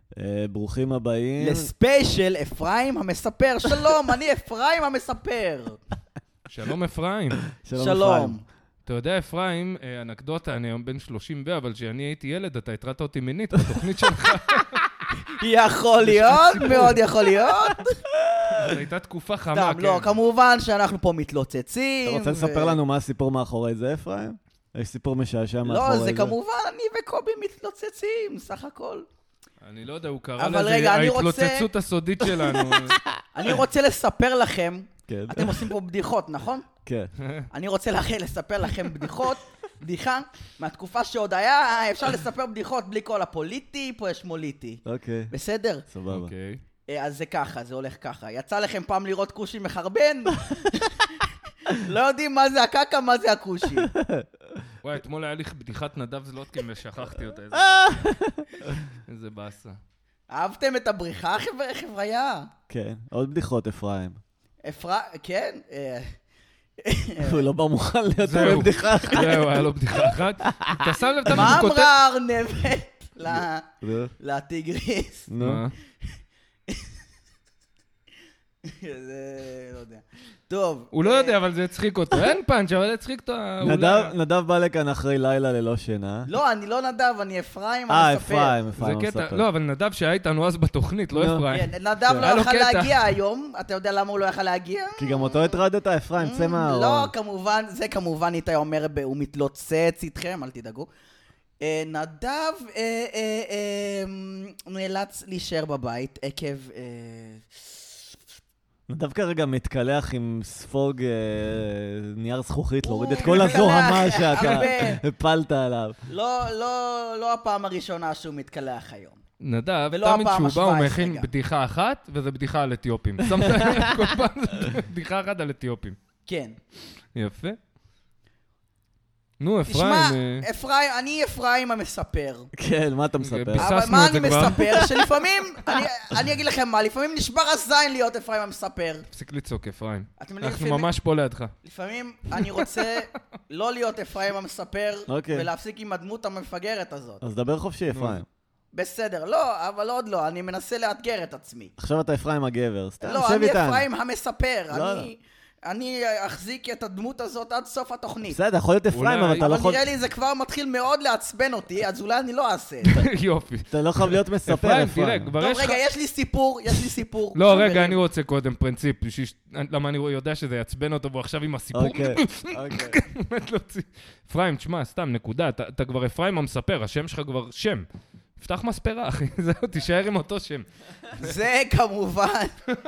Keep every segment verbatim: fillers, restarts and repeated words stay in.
ברוכים הבאים. לספיישל אפרים המספר. שלום, אני אפרים המספר. שלום אפרים. שלום. אתה יודע, אפרים, אנקדוטה, אני היום בן שלושים ו, אבל כשאני הייתי ילד, אתה הטרדת אותי מינית בתוכנית שלך. יכול להיות, מאוד יכול להיות. זו הייתה תקופה חמה, כן. סתם, לא, כמובן שאנחנו פה מתלוצצים. אתה רוצה לספר לנו מה הסיפור מאחורי זה, אפרים? יש סיפור משעשע מאחורי זה. לא, זה כמובן, אני וקובי מתלוצצים, סך הכל. אני לא יודע, הוא קרא לזה ההתלוצצות הסודית שלנו. אני רוצה לספר לכם, אתם עושים פה בדיחות, נכון? כן. אני רוצה לספר לכם בדיחות, בדיחה, מהתקופה שעוד היה, אפשר לספר בדיחות בלי כל הפוליטי, פה יש מוליטי. אוקיי. בסדר? סבבה. אוקיי. אז זה ככה, זה הולך ככה. יצא לכם פעם לראות קושי מחרבן? לא יודעים מה זה הקקה, מה זה הקושי. וואי, אתמול היה לי בדיחת נדב זלוטקין ושכחתי אותה. איזה באסה. אהבתם את הבריחה, חבריה? כן, עוד בדיחות, אפרים. אפרים, כן? הוא לא במוכן להיות בבדיחה אחת. זהו, היה לו בדיחה אחת. אתה שם לב, מה אמרה ארנבת לטיגריס? נו. זה, לא יודע. טוב. הוא לא יודע, אבל זה הצחיק אותו. אין פאנץ', אבל הצחיק אותו. נדב בא לכאן אחרי לילה ללא שינה. לא, אני לא נדב, אני אפרים אה, המספר. אפרים, אפרים המספר. לא, אבל נדב שהיה איתנו אז בתוכנית, לא אפרים. נדב לא יכל להגיע היום. אתה יודע למה הוא לא יכל להגיע? כי גם אותו הטרדת, אפרים, צא מהארון. לא, כמובן, זה כמובן איתי אומר, הוא מתלוצץ איתכם, אל תדאגו. נדב נאלץ להישאר בבית עקב... נדב כרגע מתקלח עם ספוג נייר זכוכית, להוריד את כל הזוהמה שאתה הפלת עליו. לא, לא, לא הפעם הראשונה שהוא מתקלח היום. נדב, תמיד שהוא בא הוא מכין בדיחה אחת, וזה בדיחה על אתיופים. שמת כל פעם זה בדיחה אחת על אתיופים. כן. יפה. נו, אפרים... תשמע, אפרים, אני אפרים המספר. כן, מה אתה מספר? אבל מה אני מספר? שלפעמים, אני אגיד לכם מה, לפעמים נשבר הזין להיות אפרים המספר. תפסיק לצעוק, אפרים. אנחנו ממש פה לידך. לפעמים אני רוצה לא להיות אפרים המספר, ולהפסיק עם הדמות המפגרת הזאת. אז דבר חופשי, אפרים. בסדר, לא, אבל עוד לא, אני מנסה לאתגר את עצמי. עכשיו אתה אפרים הגבר, סתם, לא, שב אני איתן. אפרים המספר, אני... אני אחזיק את הדמות הזאת עד סוף התוכנית. בסדר, יכול להיות אפרים, אבל אתה לא יכול... אבל נראה לי זה כבר מתחיל מאוד לעצבן אותי, אז אולי אני לא אעשה. יופי. אתה לא חייב להיות מספר, אפרים. טוב, רגע, יש לי סיפור, יש לי סיפור. לא, רגע, אני רוצה קודם פרינציפ, למה אני יודע שזה יעצבן אותו, והוא עכשיו עם הסיפור. אוקיי, אוקיי. אפרים, תשמע, סתם, נקודה, אתה כבר אפרים המספר, השם שלך כבר שם. פתח מספרה, אחי, זהו, תישאר עם אותו שם. זה כמובן.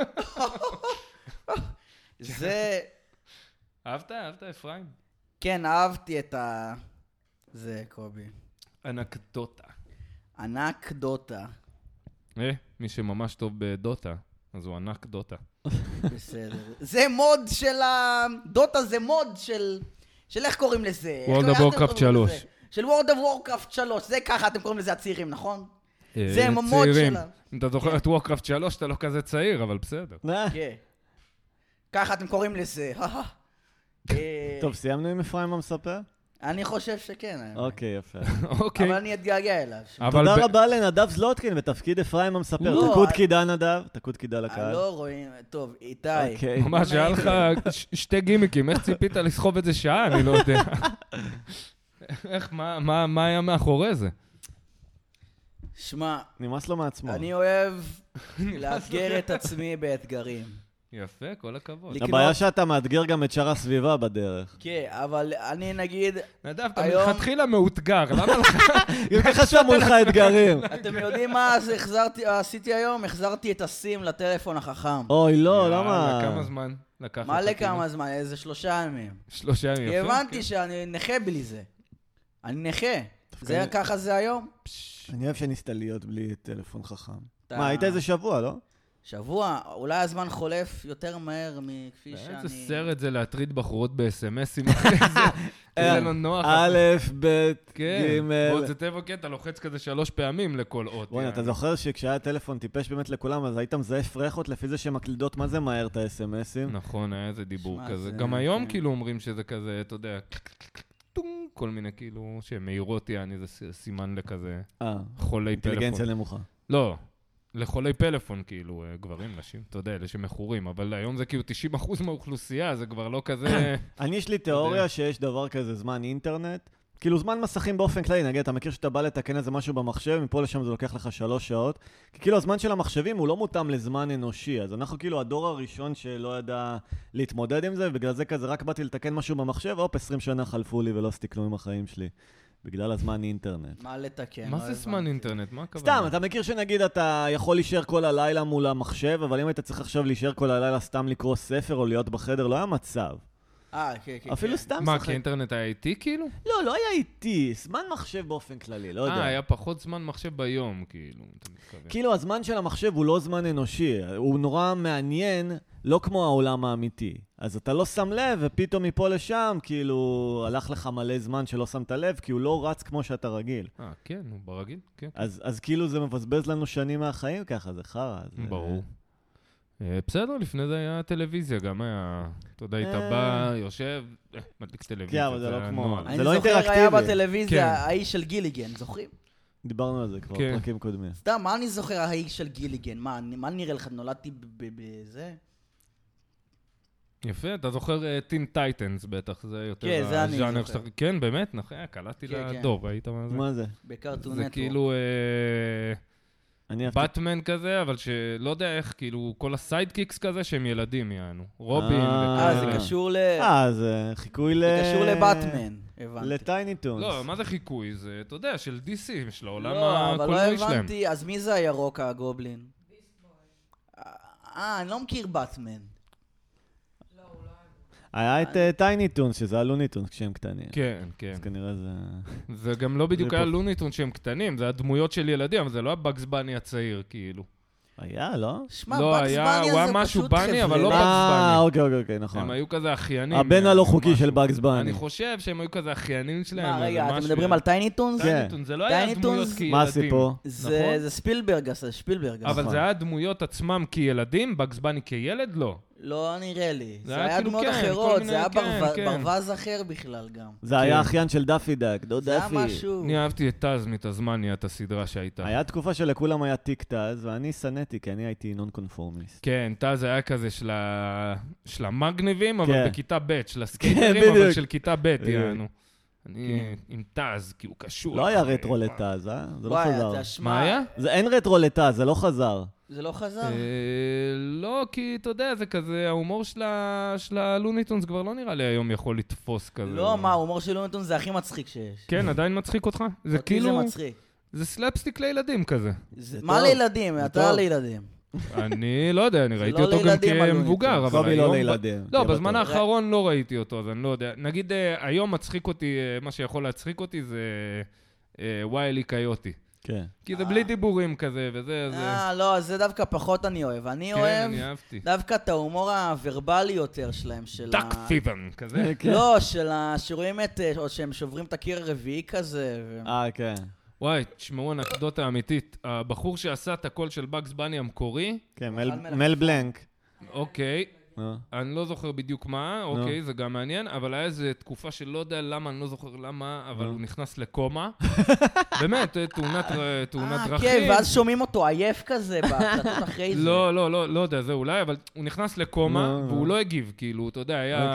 זה... אהבת? אהבת אפרים? כן, אהבתי את ה... זה, קובי. אנקדוטה. אנקדוטה. אה, מי שממש טוב בדוטה, אז הוא אנקדוטה. בסדר. זה מוד של ה... דוטה זה מוד של... של איך קוראים לזה? World of Warcraft שלוש. של World of Warcraft שלוש. זה ככה אתם קוראים לזה הצעירים, נכון? זה המוד שלה. אם אתה זוכר את Warcraft שלוש, אתה לא כזה צעיר, אבל בסדר. כן. ככה אתם קוראים לזה. טוב, סיימנו עם אפרים המספר? אני חושב שכן. אוקיי, יפה. אבל אני אתגעגע אליו. תודה רבה לנדב זלוטקין בתפקיד אפרים המספר. תקוד קידה נדב, תקוד קידה לקהל. לא רואים, טוב, איתי. ממש, היה לך שתי גימיקים, איך ציפית לסחוב את זה שעה? אני לא יודע. איך, מה היה מאחורי זה? שמע, נמאס לו מעצמו. אני אוהב לאתגר את עצמי באתגרים. יפה, כל הכבוד. הבעיה שאתה מאתגר גם את שאר הסביבה בדרך. כן, אבל אני נגיד... נדב, אתה מלכתחילה מאותגר, למה לך? אם ככה שמו לך אתגרים. אתם יודעים מה עשיתי היום? החזרתי את הסים לטלפון החכם. אוי, לא, למה? לכמה זמן לקחת? מה לכמה זמן? איזה שלושה ימים. שלושה ימים, יפה. הבנתי שאני נכה בלי זה. אני נכה. זה ככה זה היום? אני אוהב שניסת להיות בלי טלפון חכם. מה, היית איזה שבוע, לא? שבוע, אולי הזמן חולף יותר מהר מכפי שאני... איזה סרט זה להטריד בחורות ב-אס-אם-אסים אחרי זה. זה לא נוח. א', ב', ג'. בוא, זה טבע, כן, אתה לוחץ כזה שלוש פעמים לכל אות. בואי, אתה זוכר שכשהיה טלפון טיפש באמת לכולם, אז היית מזהה פרחות לפי זה שמקלידות מה זה מהר את ה-אס-אם-אסים? נכון, היה איזה דיבור כזה. גם היום כאילו אומרים שזה כזה, אתה יודע, כל מיני כאילו, שמהירות יעני, זה סימן לכזה חולי פלאפון. אינטליגנציה נמוכה. לא. לחולי פלאפון, כאילו, גברים, נשים, אתה יודע, אלה שמכורים, אבל היום זה כאילו תשעים אחוז מהאוכלוסייה, זה כבר לא כזה... אני יש לי תיאוריה שיש דבר כזה זמן אינטרנט, כאילו זמן מסכים באופן כללי, נגיד, אתה מכיר שאתה בא לתקן איזה משהו במחשב, מפה לשם זה לוקח לך שלוש שעות, כי כאילו הזמן של המחשבים הוא לא מותאם לזמן אנושי, אז אנחנו כאילו הדור הראשון שלא ידע להתמודד עם זה, ובגלל זה כזה רק באתי לתקן משהו במחשב, הופ, עשרים שנה חלפו לי ולא סתכלו עם החיים שלי. בגלל הזמן אינטרנט. מה לתקן? מה זה זמן אינטרנט? מה הכוונה? סתם, אתה מכיר שנגיד אתה יכול להישאר כל הלילה מול המחשב, אבל אם אתה צריך עכשיו להישאר כל הלילה סתם לקרוא ספר או להיות בחדר, לא היה מצב. אה, כן, כן. אפילו סתם מה, שחק. כי אינטרנט היה איטי כאילו? לא, לא היה איטי, זמן מחשב באופן כללי, לא יודע. אה, היה פחות זמן מחשב ביום, כאילו, אתה מתכוון. כאילו הזמן של המחשב הוא לא זמן אנושי, הוא נורא מעניין, לא כמו העולם האמיתי. אז אתה לא שם לב, ופתאום מפה לשם, כאילו, הלך לך מלא זמן שלא שמת לב, כי הוא לא רץ כמו שאתה רגיל. אה, כן, הוא ברגיל, כן. אז, אז כאילו זה מבזבז לנו שנים מהחיים ככה, זה חרא. זה... ברור. בסדר, לפני זה היה טלוויזיה, גם היה, אתה יודע, היית בא, יושב, מדליק טלוויזיה. כן, אבל זה לא כמו... אני זוכר היה בטלוויזיה האיש של גיליגן, זוכרים? דיברנו על זה כבר, פרקים קודמים. סתם, מה אני זוכר האיש של גיליגן? מה נראה לך? נולדתי בזה? יפה, אתה זוכר טין טייטנס בטח, זה יותר... כן, זה אני זוכר. כן, באמת, נכון, קלטתי לדוב, היית מה זה? מה זה? בקרטון זה נטוורק. כאילו... באטמן כזה, אבל שלא יודע איך, כאילו, כל הסיידקיקס כזה שהם ילדים יענו. רובין וכאלה. אה, זה קשור ל... אה, זה חיקוי ל... זה קשור לבאטמן, הבנתי. לטייני טונס. לא, מה זה חיקוי? זה, אתה יודע, של די סי, של העולם הקולנועי שלהם. לא, אבל לא הבנתי, אז מי זה הירוק הגובלין? אה, אני לא מכיר באטמן. היה את טייני טונס, שזה הלוני טונס כשהם קטנים. כן, כן. אז כנראה זה... זה גם לא בדיוק היה לוני טונס שהם קטנים, זה הדמויות של ילדים, אבל זה לא הבאגס בני הצעיר, כאילו. היה, לא? שמע, באגס בני הזה הוא היה משהו בני, אבל לא באגס בני. אה, אוקיי, אוקיי, אוקיי, נכון. הם היו כזה אחיינים. הבן הלא חוקי של באגס בני. אני חושב שהם היו כזה אחיינים שלהם. מה, רגע, אתם מדברים על טייני טונס? טייני טונס, זה לא היה דמויות כילדים. מה הסיפור? זה ספילברג, זה שפילברג. אבל זה היה דמויות עצמם כילדים, באגס בני כילד, לא. לא נראה לי. זה היה דמות אחרות, זה היה ברווז אחר בכלל גם. זה היה אחיין של דאפי דק, דו דאפי. זה היה משהו... אני אהבתי את טז מתזמניה, את הסדרה שהייתה. היה תקופה שלכולם היה טיק טז, ואני סנתי, כי אני הייתי נון קונפורמיסט. כן, טז היה כזה של המגניבים, אבל בכיתה ב', של הסקייטרים, אבל של כיתה ב', יענו. אני עם טז, כי הוא קשור. לא היה רטרו לטז, אה? זה לא חזר. מה היה? אין רטרו לטז, זה לא חזר. זה לא חזר? לא, כי אתה יודע, זה כזה, ההומור של הלוניטונס כבר לא נראה לי היום יכול לתפוס כזה. לא, מה, ההומור של לוניטונס זה הכי מצחיק שיש. כן, עדיין מצחיק אותך? זה כאילו... אותי זה מצחיק. זה סלאפסטיק לילדים כזה. מה לילדים? אתה לילדים. אני לא יודע, אני ראיתי אותו גם כמבוגר, אבל היום... לא לילדים. לא, בזמן האחרון לא ראיתי אותו, אז אני לא יודע. נגיד, היום מצחיק אותי, מה שיכול להצחיק אותי זה ויילי קיוטי. כן. כי זה בלי דיבורים כזה, וזה... אה, לא, זה דווקא פחות אני אוהב. אני אוהב דווקא את ההומור הוורבלי יותר שלהם, של ה... דק פיבן, כזה. לא, של ה... שרואים את... או שהם שוברים את הקיר הרביעי כזה. אה, כן. וואי, תשמעו אנקדוטה אמיתית. הבחור שעשה את הקול של באגס בני המקורי... כן, מל בלנק. אוקיי. אני לא זוכר בדיוק מה, אוקיי, זה גם מעניין, אבל היה איזו תקופה שלא יודע למה, אני לא זוכר למה, אבל הוא נכנס לקומה. באמת, תאונת דרכים. כן, ואז שומעים אותו עייף כזה בהקלטות אחרי זה. לא, לא, לא, לא יודע, זה אולי, אבל הוא נכנס לקומה, והוא לא הגיב, כאילו, אתה יודע, היה,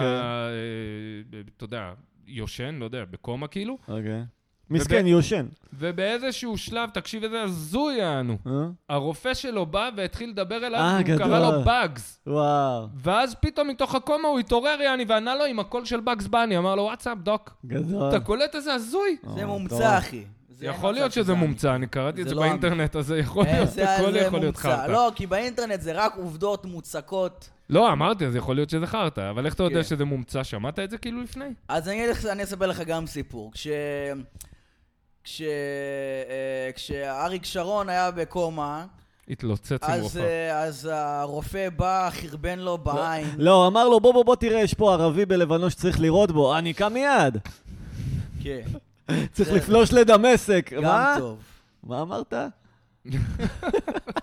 אתה יודע, יושן, לא יודע, בקומה כאילו. אוקיי. מסכן, יושן. ובאיזשהו שלב, תקשיב איזה הזוי יענו. הרופא שלו בא והתחיל לדבר אליו, הוא קרא לו באגס. וואו. ואז פתאום מתוך הקומה הוא התעורר יעני, וענה לו עם הקול של באגס בני. אמר לו, וואטסאפ, דוק. גדול. אתה קולט איזה הזוי? זה מומצא, אחי. יכול להיות שזה מומצא, אני קראתי את זה באינטרנט, אז זה יכול להיות, הכל יכול להיות חרטא. לא, כי באינטרנט זה רק עובדות מוצקות. לא, אמרתי, אז יכול להיות שזה חרטא, אבל איך אתה יודע שזה מומצא? שמעת את זה כאילו לפני? אז אני אספר לך גם סיפור. כש... כש... כשאריק שרון היה בקומה, התלוצץ עם רופא. אז הרופא בא, חרבן לו בעין. לא, אמר לו, בוא בוא בוא תראה, יש פה ערבי בלבנון שצריך לראות בו. אני קם מיד. כן. צריך לפלוש לדמשק. גם טוב. מה אמרת?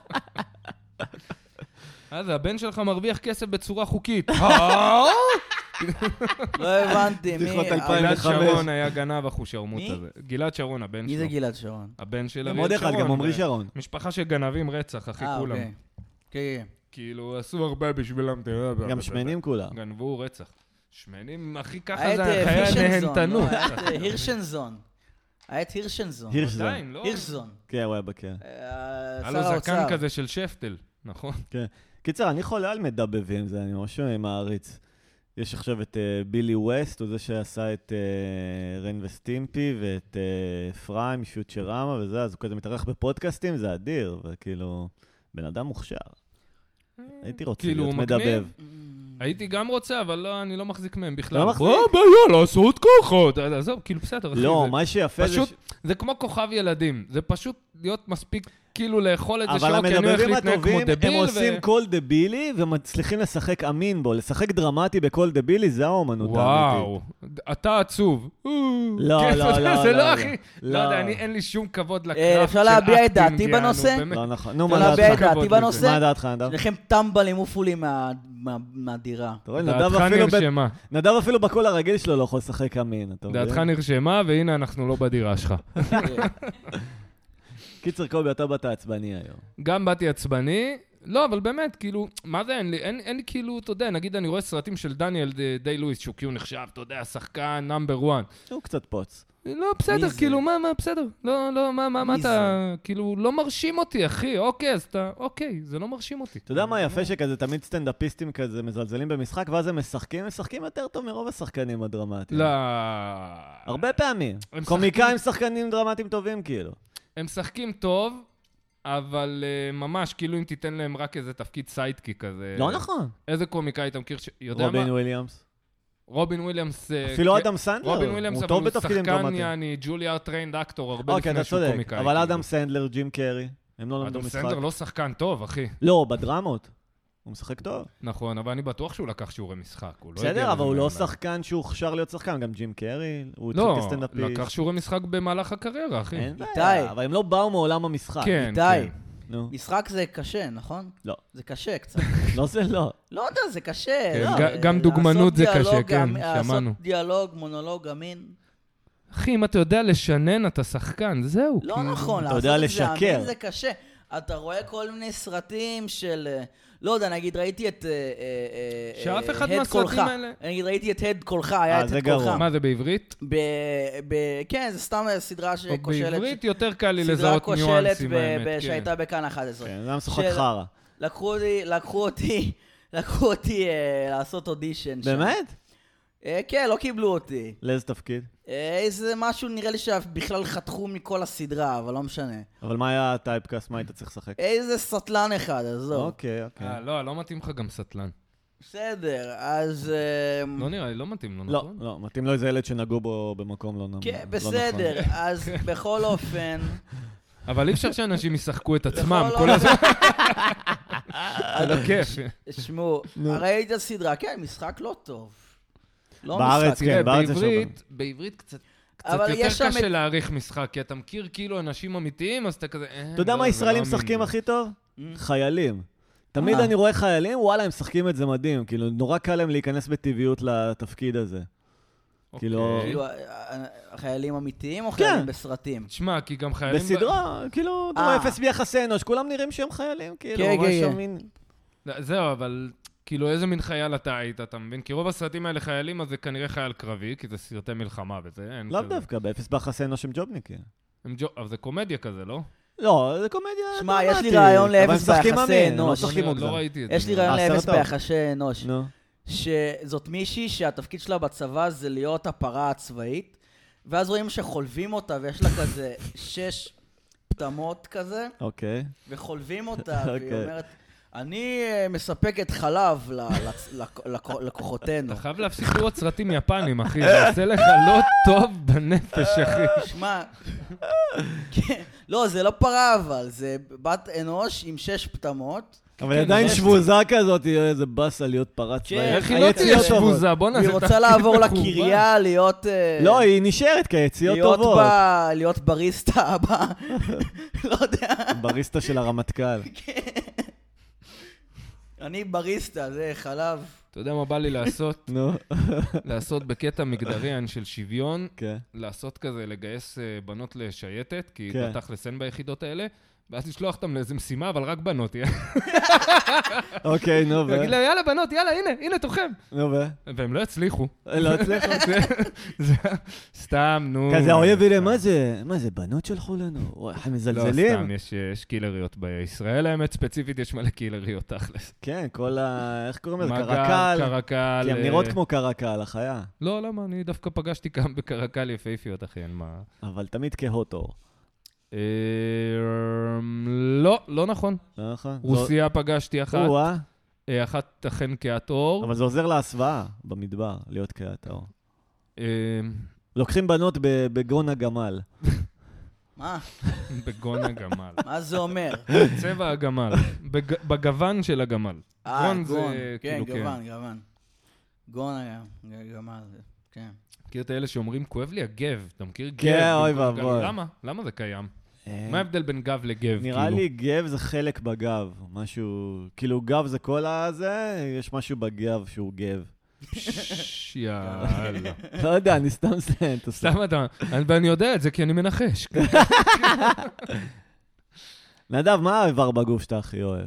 אז הבן שלך מרוויח כסף בצורה חוקית. לא הבנתי, מי... גלעד שרון היה גנב אחושרמוט הזה. גלעד שרון, הבן שלו. מי זה גלעד שרון? הבן של עוד אחד, גם עמרי שרון. משפחה שגנבים רצח, אחי כולם. כן. כאילו, עשו הרבה בשבילם. גם שמנים כולם. גנבו רצח. שמנים, הכי ככה זה היה נהנתנות. היה הירשנזון. היה את הירשנזון. הירשזון. הירשזון. כן, הוא היה בקר. היה לו זקן כזה של שפטל, נכון? כן. קיצר, אני חולה על מדבבים, זה אני ממש מעריץ. יש עכשיו את בילי ווסט, הוא זה שעשה את רן וסטימפי, ואת פריים, פיוטרמה וזה, אז הוא כזה מתארח בפודקאסטים, זה אדיר, וכאילו, בן אדם מוכשר. הייתי רוצה להיות מדבב. הייתי גם רוצה, אבל לא, אני לא מחזיק מהם בכלל. לא מחזיק? מה בעיה, לעשות כוחות. עזוב, כאילו בסדר. לא, מה שיפה זה... פשוט, זה כמו כוכב ילדים. זה פשוט להיות מספיק, כאילו לאכול את זה שלא, כי אני הולך להתנהג כמו דביל. הם עושים קול דבילי, ומצליחים לשחק אמין בו. לשחק דרמטי בקול דבילי, זה האומנות האמיתית. וואו, אתה עצוב. לא, לא, לא. זה לא הכי... לא יודע, אין לי שום כבוד לקראפט של אפשר להביע את דעתי בנושא? לא נכון. נו, אפשר מה להביע את דעתך? דעתי בנושא? מה דעתך, נדב? שניכם טמבלים עופולים מהדירה. דעתך נרשמה. נדב אפילו בקול הרגיל שלו לא יכול לשחק אמין. דעתך נרשמה, והנה אנחנו לא בדירה שלך. קיצר קובי, אתה באת עצבני היום. גם באתי עצבני, לא, אבל באמת, כאילו, מה זה אין לי? אין, אין לי כאילו, אתה יודע, נגיד אני רואה סרטים של דניאל דיי לואיס, שהוא כאילו נחשב, אתה יודע, שחקן נאמבר וואן. הוא קצת פוץ. לא, בסדר, כאילו, מה, מה, בסדר. לא, לא, מה, מה, מה אתה, כאילו, לא מרשים אותי, אחי, אוקיי, אז אתה, אוקיי, זה לא מרשים אותי. אתה יודע מה יפה שכזה, תמיד סטנדאפיסטים כזה מזלזלים במשחק, ואז הם משחקים, משחקים יותר טוב מרוב השחקנים הדרמטיים. לא. הרבה פעמים. קומיקאים שחקנים דרמטיים טובים, כאילו. הם משחקים טוב, אבל uh, ממש, כאילו אם תיתן להם רק איזה תפקיד סיידקי כזה. לא נכון. איזה קומיקאי אתה מכיר ש... יודע רובין מה? וויליאמס. רובין וויליאמס... אפילו אדם סנדלר. רובין וויליאמס, הוא טוב בתפקידים דרמטיים. שחקן יעני, ג'וליאר טריינד אקטור, הרבה לפני שהוא קומיקאי. אבל אדם סנדלר, ג'ים קרי, הם לא למדו משחק. אדם סנדלר לא שחקן טוב, אחי. לא, בדרמות. הוא משחק טוב. נכון, אבל אני בטוח שהוא לקח שיעורי משחק. בסדר, אבל הוא לא שחקן שהוא הוכשר להיות שחקן, גם ג'ים קרי, הוא התחיל כסטנדאפיסט. לא, לקח שיעורי משחק במהלך הקריירה, אחי. אין בעיה, אבל הם לא באו מעולם המשחק. כן, כן. נו. משחק זה קשה, נכון? לא. זה קשה קצת. לא זה לא. לא יודע, זה קשה. כן, לא, גם דוגמנות זה קשה, כן, לעשות שמענו. דיאלוג, מונולוג, אמין. אחי, אם אתה יודע לשנן, אתה שחקן, זהו. לא נכון, אתה יודע לשקר. זה קשה. אתה רואה כל מיני סרטים של... לא יודע, נגיד ראיתי את... שאף אחד מהסרטים האלה... נגיד ראיתי את הד קולך, היה את הד קולך. מה זה, בעברית? כן, זה סתם סדרה שכושלת. בעברית יותר קל לי לזהות ניואנסים, האמת. שהייתה בכאן אחת עשרה. כן, זה היה משחק חרא. לקחו אותי, לקחו אותי, לקחו אותי לעשות אודישן. באמת? כן, לא קיבלו אותי. לאיזה תפקיד? איזה משהו נראה לי שבכלל חתכו מכל הסדרה, אבל לא משנה. אבל מה היה הטייפקאסט? מה היית צריך לשחק? איזה סטלן אחד, אז לא. אוקיי, אוקיי. לא, לא מתאים לך גם סטלן. בסדר, אז... לא נראה לי, לא מתאים לו, נכון? לא, לא, מתאים לו איזה ילד שנגעו בו במקום לא נכון. כן, בסדר, אז בכל אופן... אבל אי אפשר שאנשים ישחקו את עצמם, כל הזמן. זה לא כיף. תשמעו, ראית הסדרה, כן, משחק לא טוב. בארץ, כן, בארץ יש הרבה. בעברית קצת יותר קשה להעריך משחק, כי אתה מכיר כאילו אנשים אמיתיים, אז אתה כזה... אתה יודע מה ישראלים משחקים הכי טוב? חיילים. תמיד אני רואה חיילים, וואלה, הם משחקים את זה מדהים. כאילו, נורא קל להם להיכנס בטבעיות לתפקיד הזה. כאילו... חיילים אמיתיים או חיילים בסרטים? תשמע, כי גם חיילים... בסדרה, כאילו, אתה רואה אפס ביחסי אנוש, כולם נראים שהם חיילים, כאילו, משהו מין... זהו, אבל... כאילו, איזה מין חייל אתה היית, אתה מבין? כי רוב הסרטים האלה חיילים, אז זה כנראה חייל קרבי, כי זה סרטי מלחמה וזה, אין כזה. לא דווקא, באפס ביחסי אנוש הם ג'ובניקים. אבל זה קומדיה כזה, לא? לא, זה קומדיה דרמטית. שמע, יש לי רעיון לאפס ביחסי אנוש. לא ראיתי את זה. יש לי רעיון לאפס ביחסי אנוש. שזאת מישהי שהתפקיד שלה בצבא זה להיות הפרה הצבאית, ואז רואים שחולבים אותה, ויש לה כזה שש פטמות כזה. אוקיי. וחולבים אותה, והיא אומרת... אני מספקת חלב לקוחותינו. אתה חייב להפסיק לראות סרטים יפנים, אחי. זה עושה לך לא טוב בנפש, אחי. שמע, לא, זה לא פרה, אבל זה בת אנוש עם שש פטמות. אבל עדיין שבוזה כזאת, איזה בסה להיות פרה צבאית. איך היא לא תהיה שבוזה? בוא נעשה היא רוצה לעבור לקריה, להיות... לא, היא נשארת כיציאות טובות. להיות בריסטה הבא. לא יודע. בריסטה של הרמטכ"ל. אני בריסטה, זה חלב. אתה יודע מה בא לי לעשות? נו. לעשות בקטע מגדריין של שוויון, כן. לעשות כזה, לגייס בנות לשייטת, כי כן. בתכלס אין ביחידות האלה, ואז לשלוח אותם לאיזו משימה, אבל רק בנות. אוקיי, נו, ו... להגיד לה, יאללה בנות, יאללה, הנה, הנה תוכם. נו, ו... והם לא יצליחו. לא הצליחו. סתם, נו. כזה האויב יראה, מה זה? מה זה, בנות שלחו לנו? וואי, הם מזלזלים? לא, סתם, יש קילריות בישראל, האמת ספציפית, יש מלא קילריות תכלס. כן, כל ה... איך קוראים לזה? מגל, קרקל. קרקל. כי הם נראות כמו קרקל, החיה. לא, למה? אני דווקא פגשתי גם בקרקל יפהפיות, אחי, אין מה... אבל תמיד כהוטור. לא, לא נכון. לא נכון? רוסיה פגשתי אחת. או-אה. אחת אכן כעת אור. אבל זה עוזר להסוואה במדבר, להיות כעת אור. אה, לוקחים בנות ב- בגון הגמל. מה? בגון הגמל. מה זה אומר? צבע הגמל. בג- בגוון של הגמל. אה, גון זה גון. כן, כאילו, כן. גוון, גוון. גון היה, גמל, כן. מכיר את האלה שאומרים, כואב לי הגב. אתה מכיר גב? כן, אוי במקום גב. ואבוי. למה? למה זה קיים? מה ההבדל בין גב לגב? נראה כאילו? לי גב זה חלק בגב. משהו... כאילו גב זה כל הזה, יש משהו בגב שהוא גב. פש, יאללה. לא יודע, אני סתם סתם. סתם אתה... ואני יודע את זה כי אני מנחש. נדב, מה האיבר בגוף שאתה הכי אוהב?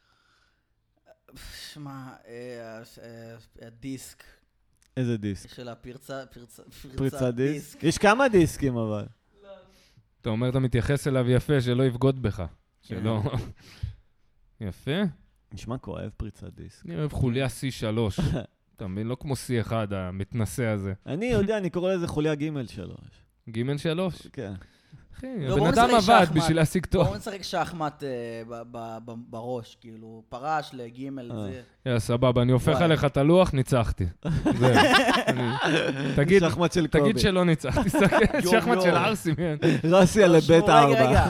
שמע, אה, אה, הדיסק איזה דיסק? של הפרצה, פרצה, פריצת דיסק? יש כמה דיסקים אבל. אתה אומר, אתה מתייחס אליו יפה, שלא יבגוד בך. שלא... יפה. נשמע כואב פריצת דיסק. אני אוהב חוליה סי שלוש. אתה מבין? לא כמו סי אחד, המתנסה הזה. אני יודע, אני קורא לזה חוליה ג' שלוש. ג' שלוש? כן. אחי, לא, הבן בואו אדם נשחק עבד שחמט. בשביל להשיג תואר. בואו נשחק שחמט אה, ב- ב- ב- בראש, כאילו, פרש לגימל, אה. זה... יא, סבבה, אני הופך וואי. עליך את הלוח, ניצחתי. זהו. אני- תגיד, שחמט של קובי. תגיד שלא ניצחתי, תסתכל, יו, שחמט יו. של ארסי, כן. רסי על בית רגע, ארבע. רגע.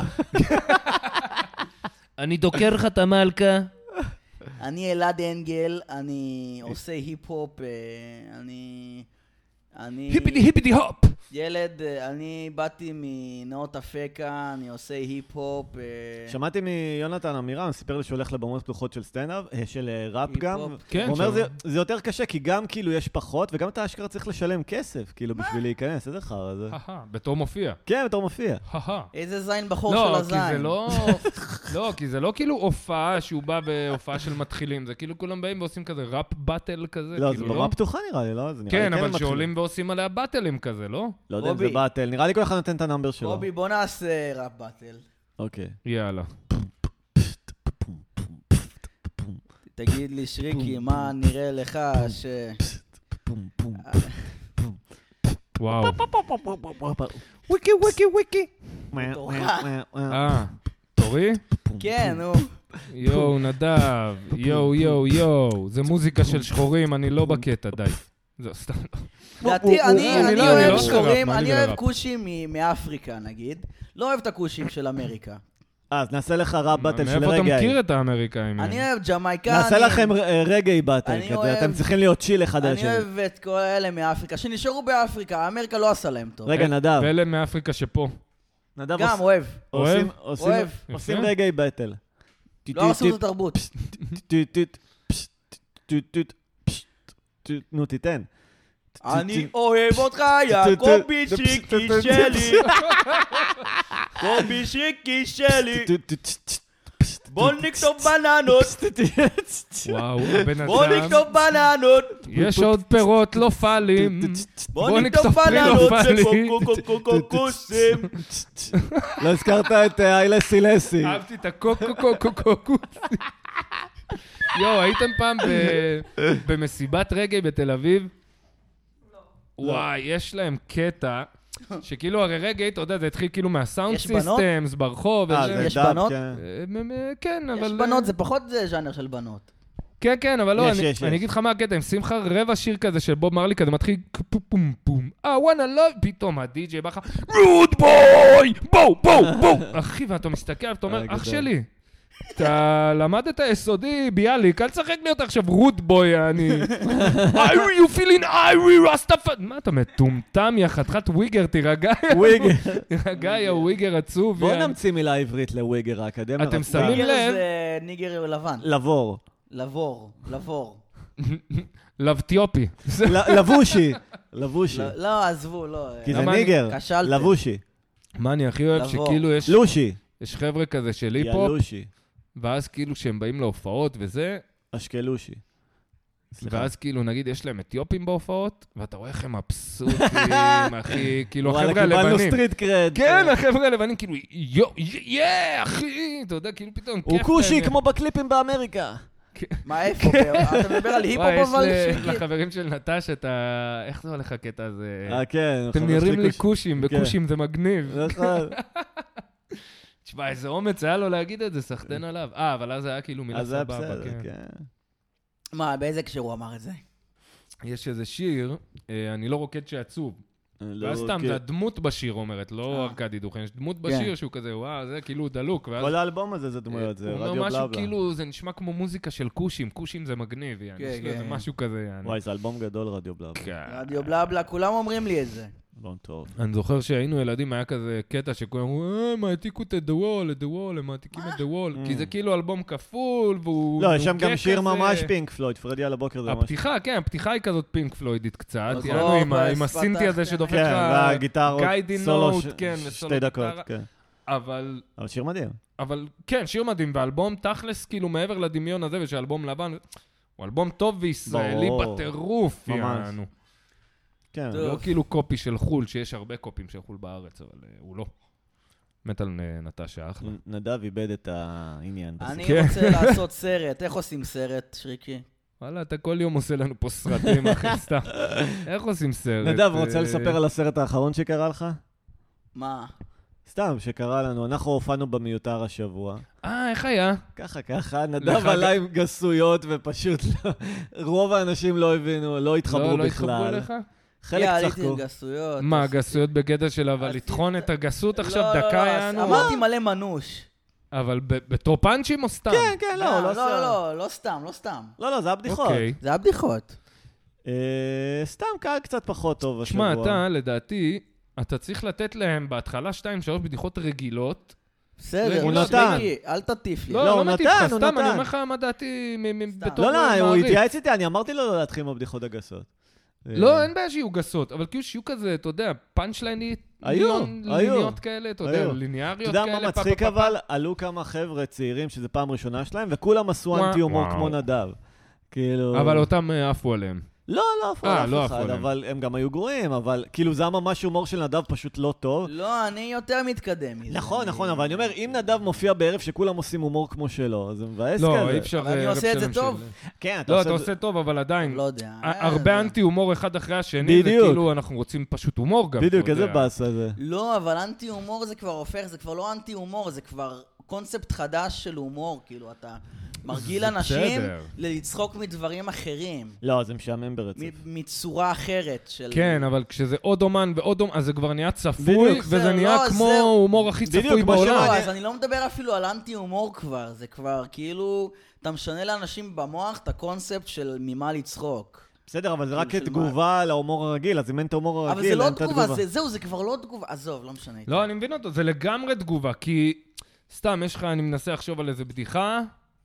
אני דוקר לך את המלכה. אני אלעד אנגל, אני עושה היפ-הופ, אה, אני... אני... היפידי היפידי הופ. ילד, אה, אני באתי מנאות אפקה, אני עושה היפ-הופ. אה, שמעתי מיונתן אמירם, סיפר לי שהוא הולך לבמות פתוחות של סטנדאפ, אה, של אה, ראפ גם. היפ-הופ. כן, הוא אומר, שם. זה, זה יותר קשה, כי גם כאילו יש פחות, וגם אתה אשכרה צריך לשלם כסף, כאילו, בשביל להיכנס, איזה חרא זה. הא, בתור מופיע. כן, בתור מופיע. הא. איזה זין בחור של לא, הזין. כי זה לא... לא, כי זה לא כאילו הופעה שהוא בא בהופעה של מתחילים, זה כאילו כולם באים ועושים כזה ראפ באטל כזה, לא, זה כאילו, במה פתוחה נראה לי, לא? זה נראה לי כן, אבל מתחיל. שעולים ועושים עליה באטלים כזה, לא? לא יודע אם זה רובי. באטל, נראה לי כל אחד נותן את הנאמבר שלו. קובי, בוא נעשה ראפ באטל. אוקיי. יאללה. תגיד לי, שריקי, מה נראה לך ש... פום פום. וואו. וויקי וויקי וויקי. אה, תורי? כן, נו. יואו, נדב. יואו, יואו, יואו. זה מוזיקה של שחורים, אני לא בקטע, די. זהו, סתם. לדעתי, אני אני אני לא- אני אוהב לא שחורים, ראפ, מה לי אני אוהב ולראפ? כושים מ- מאפריקה, נגיד. לא אוהב את הכושים של אמריקה. אז נעשה לך ראפ באטל של מאיפה אתה מכיר רגעי. את האמריקאים? אני אוהב ג'מייקנים. נעשה לכם אה, רגעי באטל, אני כזה, אוהב- אתם צריכים להיות צ'יל אחד על אני השני. אוהב את כל האלה מאפריקה, שנשארו באפריקה, אמריקה לא עשה להם טוב. רגע, נדב. ואלה מאפריקה שפה. נדב גם עוש- אוהב. עושים- אוהב? עושים- אוהב. עושים יפה. רגעי באטל. לא הרסו את התרבות. טוט, טוט, פשט, טוט, טוט, פשט, טוט. נו, תיתן. אני אוהב אותך, יא קובי שיקי שלי. קובי שיקי שלי. בוא נכתוב בננות. וואו, הבן בוא אדם. נכתוב בננות. יש עוד פירות לא פאלים. בוא נכתוב בננות וקוקוקוקוקוסם. לא הזכרת את אה, איילה סילסי. אהבתי את הקוקו קוקו קוקו. יואו, הייתם פעם ב- במסיבת רגעי בתל אביב? וואי, יש להם קטע, שכאילו הרי רגעי, אתה יודע, זה התחיל כאילו מהסאונד יש בנות? סיסטמס, ברחוב. אה, וזה. זה יש דאב, בנות? כן. אה, מ- מ- כן, אבל... יש בנות, זה פחות ז'אנר של בנות. כן, כן, אבל לא, יש, אני, יש, אני יש. אגיד לך מה הקטע, הם שים לך רבע שיר כזה של בוב מרלי כזה, מתחיל פום פום פום, I wanna love, פתאום הדי-ג'יי בא לך, רוד בוי, בואו, בואו, בואו. אחי, ואתה מסתכל, ואתה אומר, אה, אח גדול. שלי, אתה למדת יסודי, ביאליק, אל תשחק לי אותה עכשיו רוד בוי, אני... Irie, you feeling Irie, רסטאפ... מה אתה מטומטם, יא חתיכת וויגר, תירגע, וויגר. תירגע, יא וויגר עצוב. בוא יא- נמציא מילה עברית לוויגר, האקדמיה. אתם רצתה. שמים ניגר לב? זה ניגר לבן. לבור. לבור, לבור. לבטיופי. לבושי. לבושי. לא, עזבו, לא. כי זה ניגר. כשלתם. לבושי. מה אני הכי אוהב שכאילו יש... לושי. יש חבר'ה כזה של היפ-הופ. לושי. ואז כאילו כשהם באים להופעות וזה... אשקלושי. ואז כאילו נגיד יש להם אתיופים בהופעות, ואתה רואה איך הם מבסוטים, אחי, כאילו החבר'ה הלבנים. וואלה, קיבלנו סטריט קרד. כן, החבר'ה הלבנים כאילו, יו, יא, אחי, אתה יודע, כאילו פתאום כיף. הוא כושי כמו בקליפים באמריקה. מה, איפה? אתה מדבר על היפ-הופ אבל? יש לחברים של נטש את ה... איך זה הולך הקטע הזה? אה, כן. אתם נראים לי כושים, וכושים זה מגניב. נכון. תשמע, איזה אומץ היה לו להגיד את זה, סחטן עליו. אה, אבל אז היה כאילו מילה סבבה, אז זה בסדר, כן. מה, באיזה קשר הוא אמר את זה? יש איזה שיר, אני לא רוקד שעצוב. ואז סתם, זה הדמות בשיר אומרת, לא ארקדי דוכן, יש דמות בשיר שהוא כזה, וואו, זה כאילו דלוק. כל האלבום הזה זה דמויות, זה רדיו בלבלה. הוא אומר משהו כאילו, זה נשמע כמו מוזיקה של כושים, כושים זה מגניב, יש לו איזה משהו כזה. וואי, זה אלבום גדול רדיו בלבלה. רדיו בלבלה, כולם אומרים לי את זה. אלבום טוב. אני זוכר שהיינו ילדים, היה כזה קטע שכולם אמרו, אה, מעתיקו את The Wall, את The Wall, הם מעתיקים את The Wall, כי זה כאילו אלבום כפול, והוא... לא, יש שם גם שיר ממש פינק פלויד, פרדי על הבוקר זה ממש... הפתיחה, כן, הפתיחה היא כזאת פינק פלוידית קצת, יענו עם הסינטי הזה שדופק לך... כן, והגיטרות, סולו שתי דקות, כן. אבל... אבל שיר מדהים. אבל כן, שיר מדהים, ואלבום תכלס, כאילו מעבר לדמיון הזה, ושאלבום לבן, הוא אלבום טוב וישראלי בטירוף, יענו. כן. לא כאילו קופי של חול, שיש הרבה קופים של חול בארץ, אבל הוא לא. מת על נטשה, אחלה. נדב איבד את העניין. אני רוצה לעשות סרט. איך עושים סרט, שריקי? וואלה, אתה כל יום עושה לנו פה סרטים, אחי, סתם. איך עושים סרט? נדב, רוצה לספר על הסרט האחרון שקרה לך? מה? סתם, שקרה לנו. אנחנו הופענו במיותר השבוע. אה, איך היה? ככה, ככה. נדב עלה עם גסויות ופשוט רוב האנשים לא הבינו, לא התחברו בכלל. לא התחברו לך? חלק צחקו. מה, גסויות בגדר של אבל לטחון את הגסות עכשיו דקה יענו? אמרתי מלא מנוש. אבל בתור פאנצ'ים או סתם? כן, כן, לא, לא, לא, לא סתם, לא סתם. לא, לא, זה הבדיחות. זה הבדיחות. סתם קהל קצת פחות טוב השבוע. שמע, אתה, לדעתי, אתה צריך לתת להם בהתחלה שתיים, שלוש בדיחות רגילות. בסדר, הוא נתן. אל תטיף לי. לא, לא מטיף לך, סתם, אני אומר לך מה דעתי בתור מעריץ. לא, לא, הוא התייעץ איתי, אני אמרתי לו לא להתחיל עם הבדיחות הגסות. לא, אין בעיה שיהיו גסות, אבל כאילו שיהיו כזה, אתה יודע, פאנצ'ליינית, ליניות כאלה, אתה יודע, ליניאריות כאלה. אתה יודע מה מצחיק אבל? עלו כמה חבר'ה צעירים, שזה פעם ראשונה שלהם, וכולם עשו אנטי הומור כמו נדב. אבל אותם עפו עליהם. לא, לא עפו על אף אחד, אבל הם גם היו גרועים, אבל כאילו זה היה ממש הומור של נדב פשוט לא טוב. לא, אני יותר מתקדם. נכון, נכון, אבל אני אומר, אם נדב מופיע בערב שכולם עושים הומור כמו שלו, זה מבאס כזה. לא, אי אפשר... אבל אני עושה את זה טוב. כן, אתה עושה... לא, אתה עושה טוב, אבל עדיין. לא יודע. הרבה אנטי הומור אחד אחרי השני, זה כאילו אנחנו רוצים פשוט הומור גם. בדיוק, איזה באס הזה. לא, אבל אנטי הומור זה כבר הופך, זה כבר לא אנטי הומור, זה כבר קונספט חדש של הומור, כאילו אתה... מרגיל אנשים לצחוק מדברים אחרים. לא, זה משעמם ברצף. מצורה אחרת של... כן, אבל כשזה עוד אומן ועוד אומן, אז זה כבר נהיה צפוי, וזה נהיה כמו הומור הכי צפוי בעולם. אז אני לא מדבר אפילו על אנטי הומור כבר, זה כבר כאילו, אתה משנה לאנשים במוח את הקונספט של ממה לצחוק. בסדר, אבל זה רק תגובה להומור הרגיל, אז אם אין את ההומור הרגיל, אבל זה לא תגובה, זהו, זה כבר לא תגובה. עזוב, לא משנה. לא, אני מבין אותו, זה לגמרי תגובה, כי סתם, יש לך, אני מנסה לחשוב על איזה בדיחה,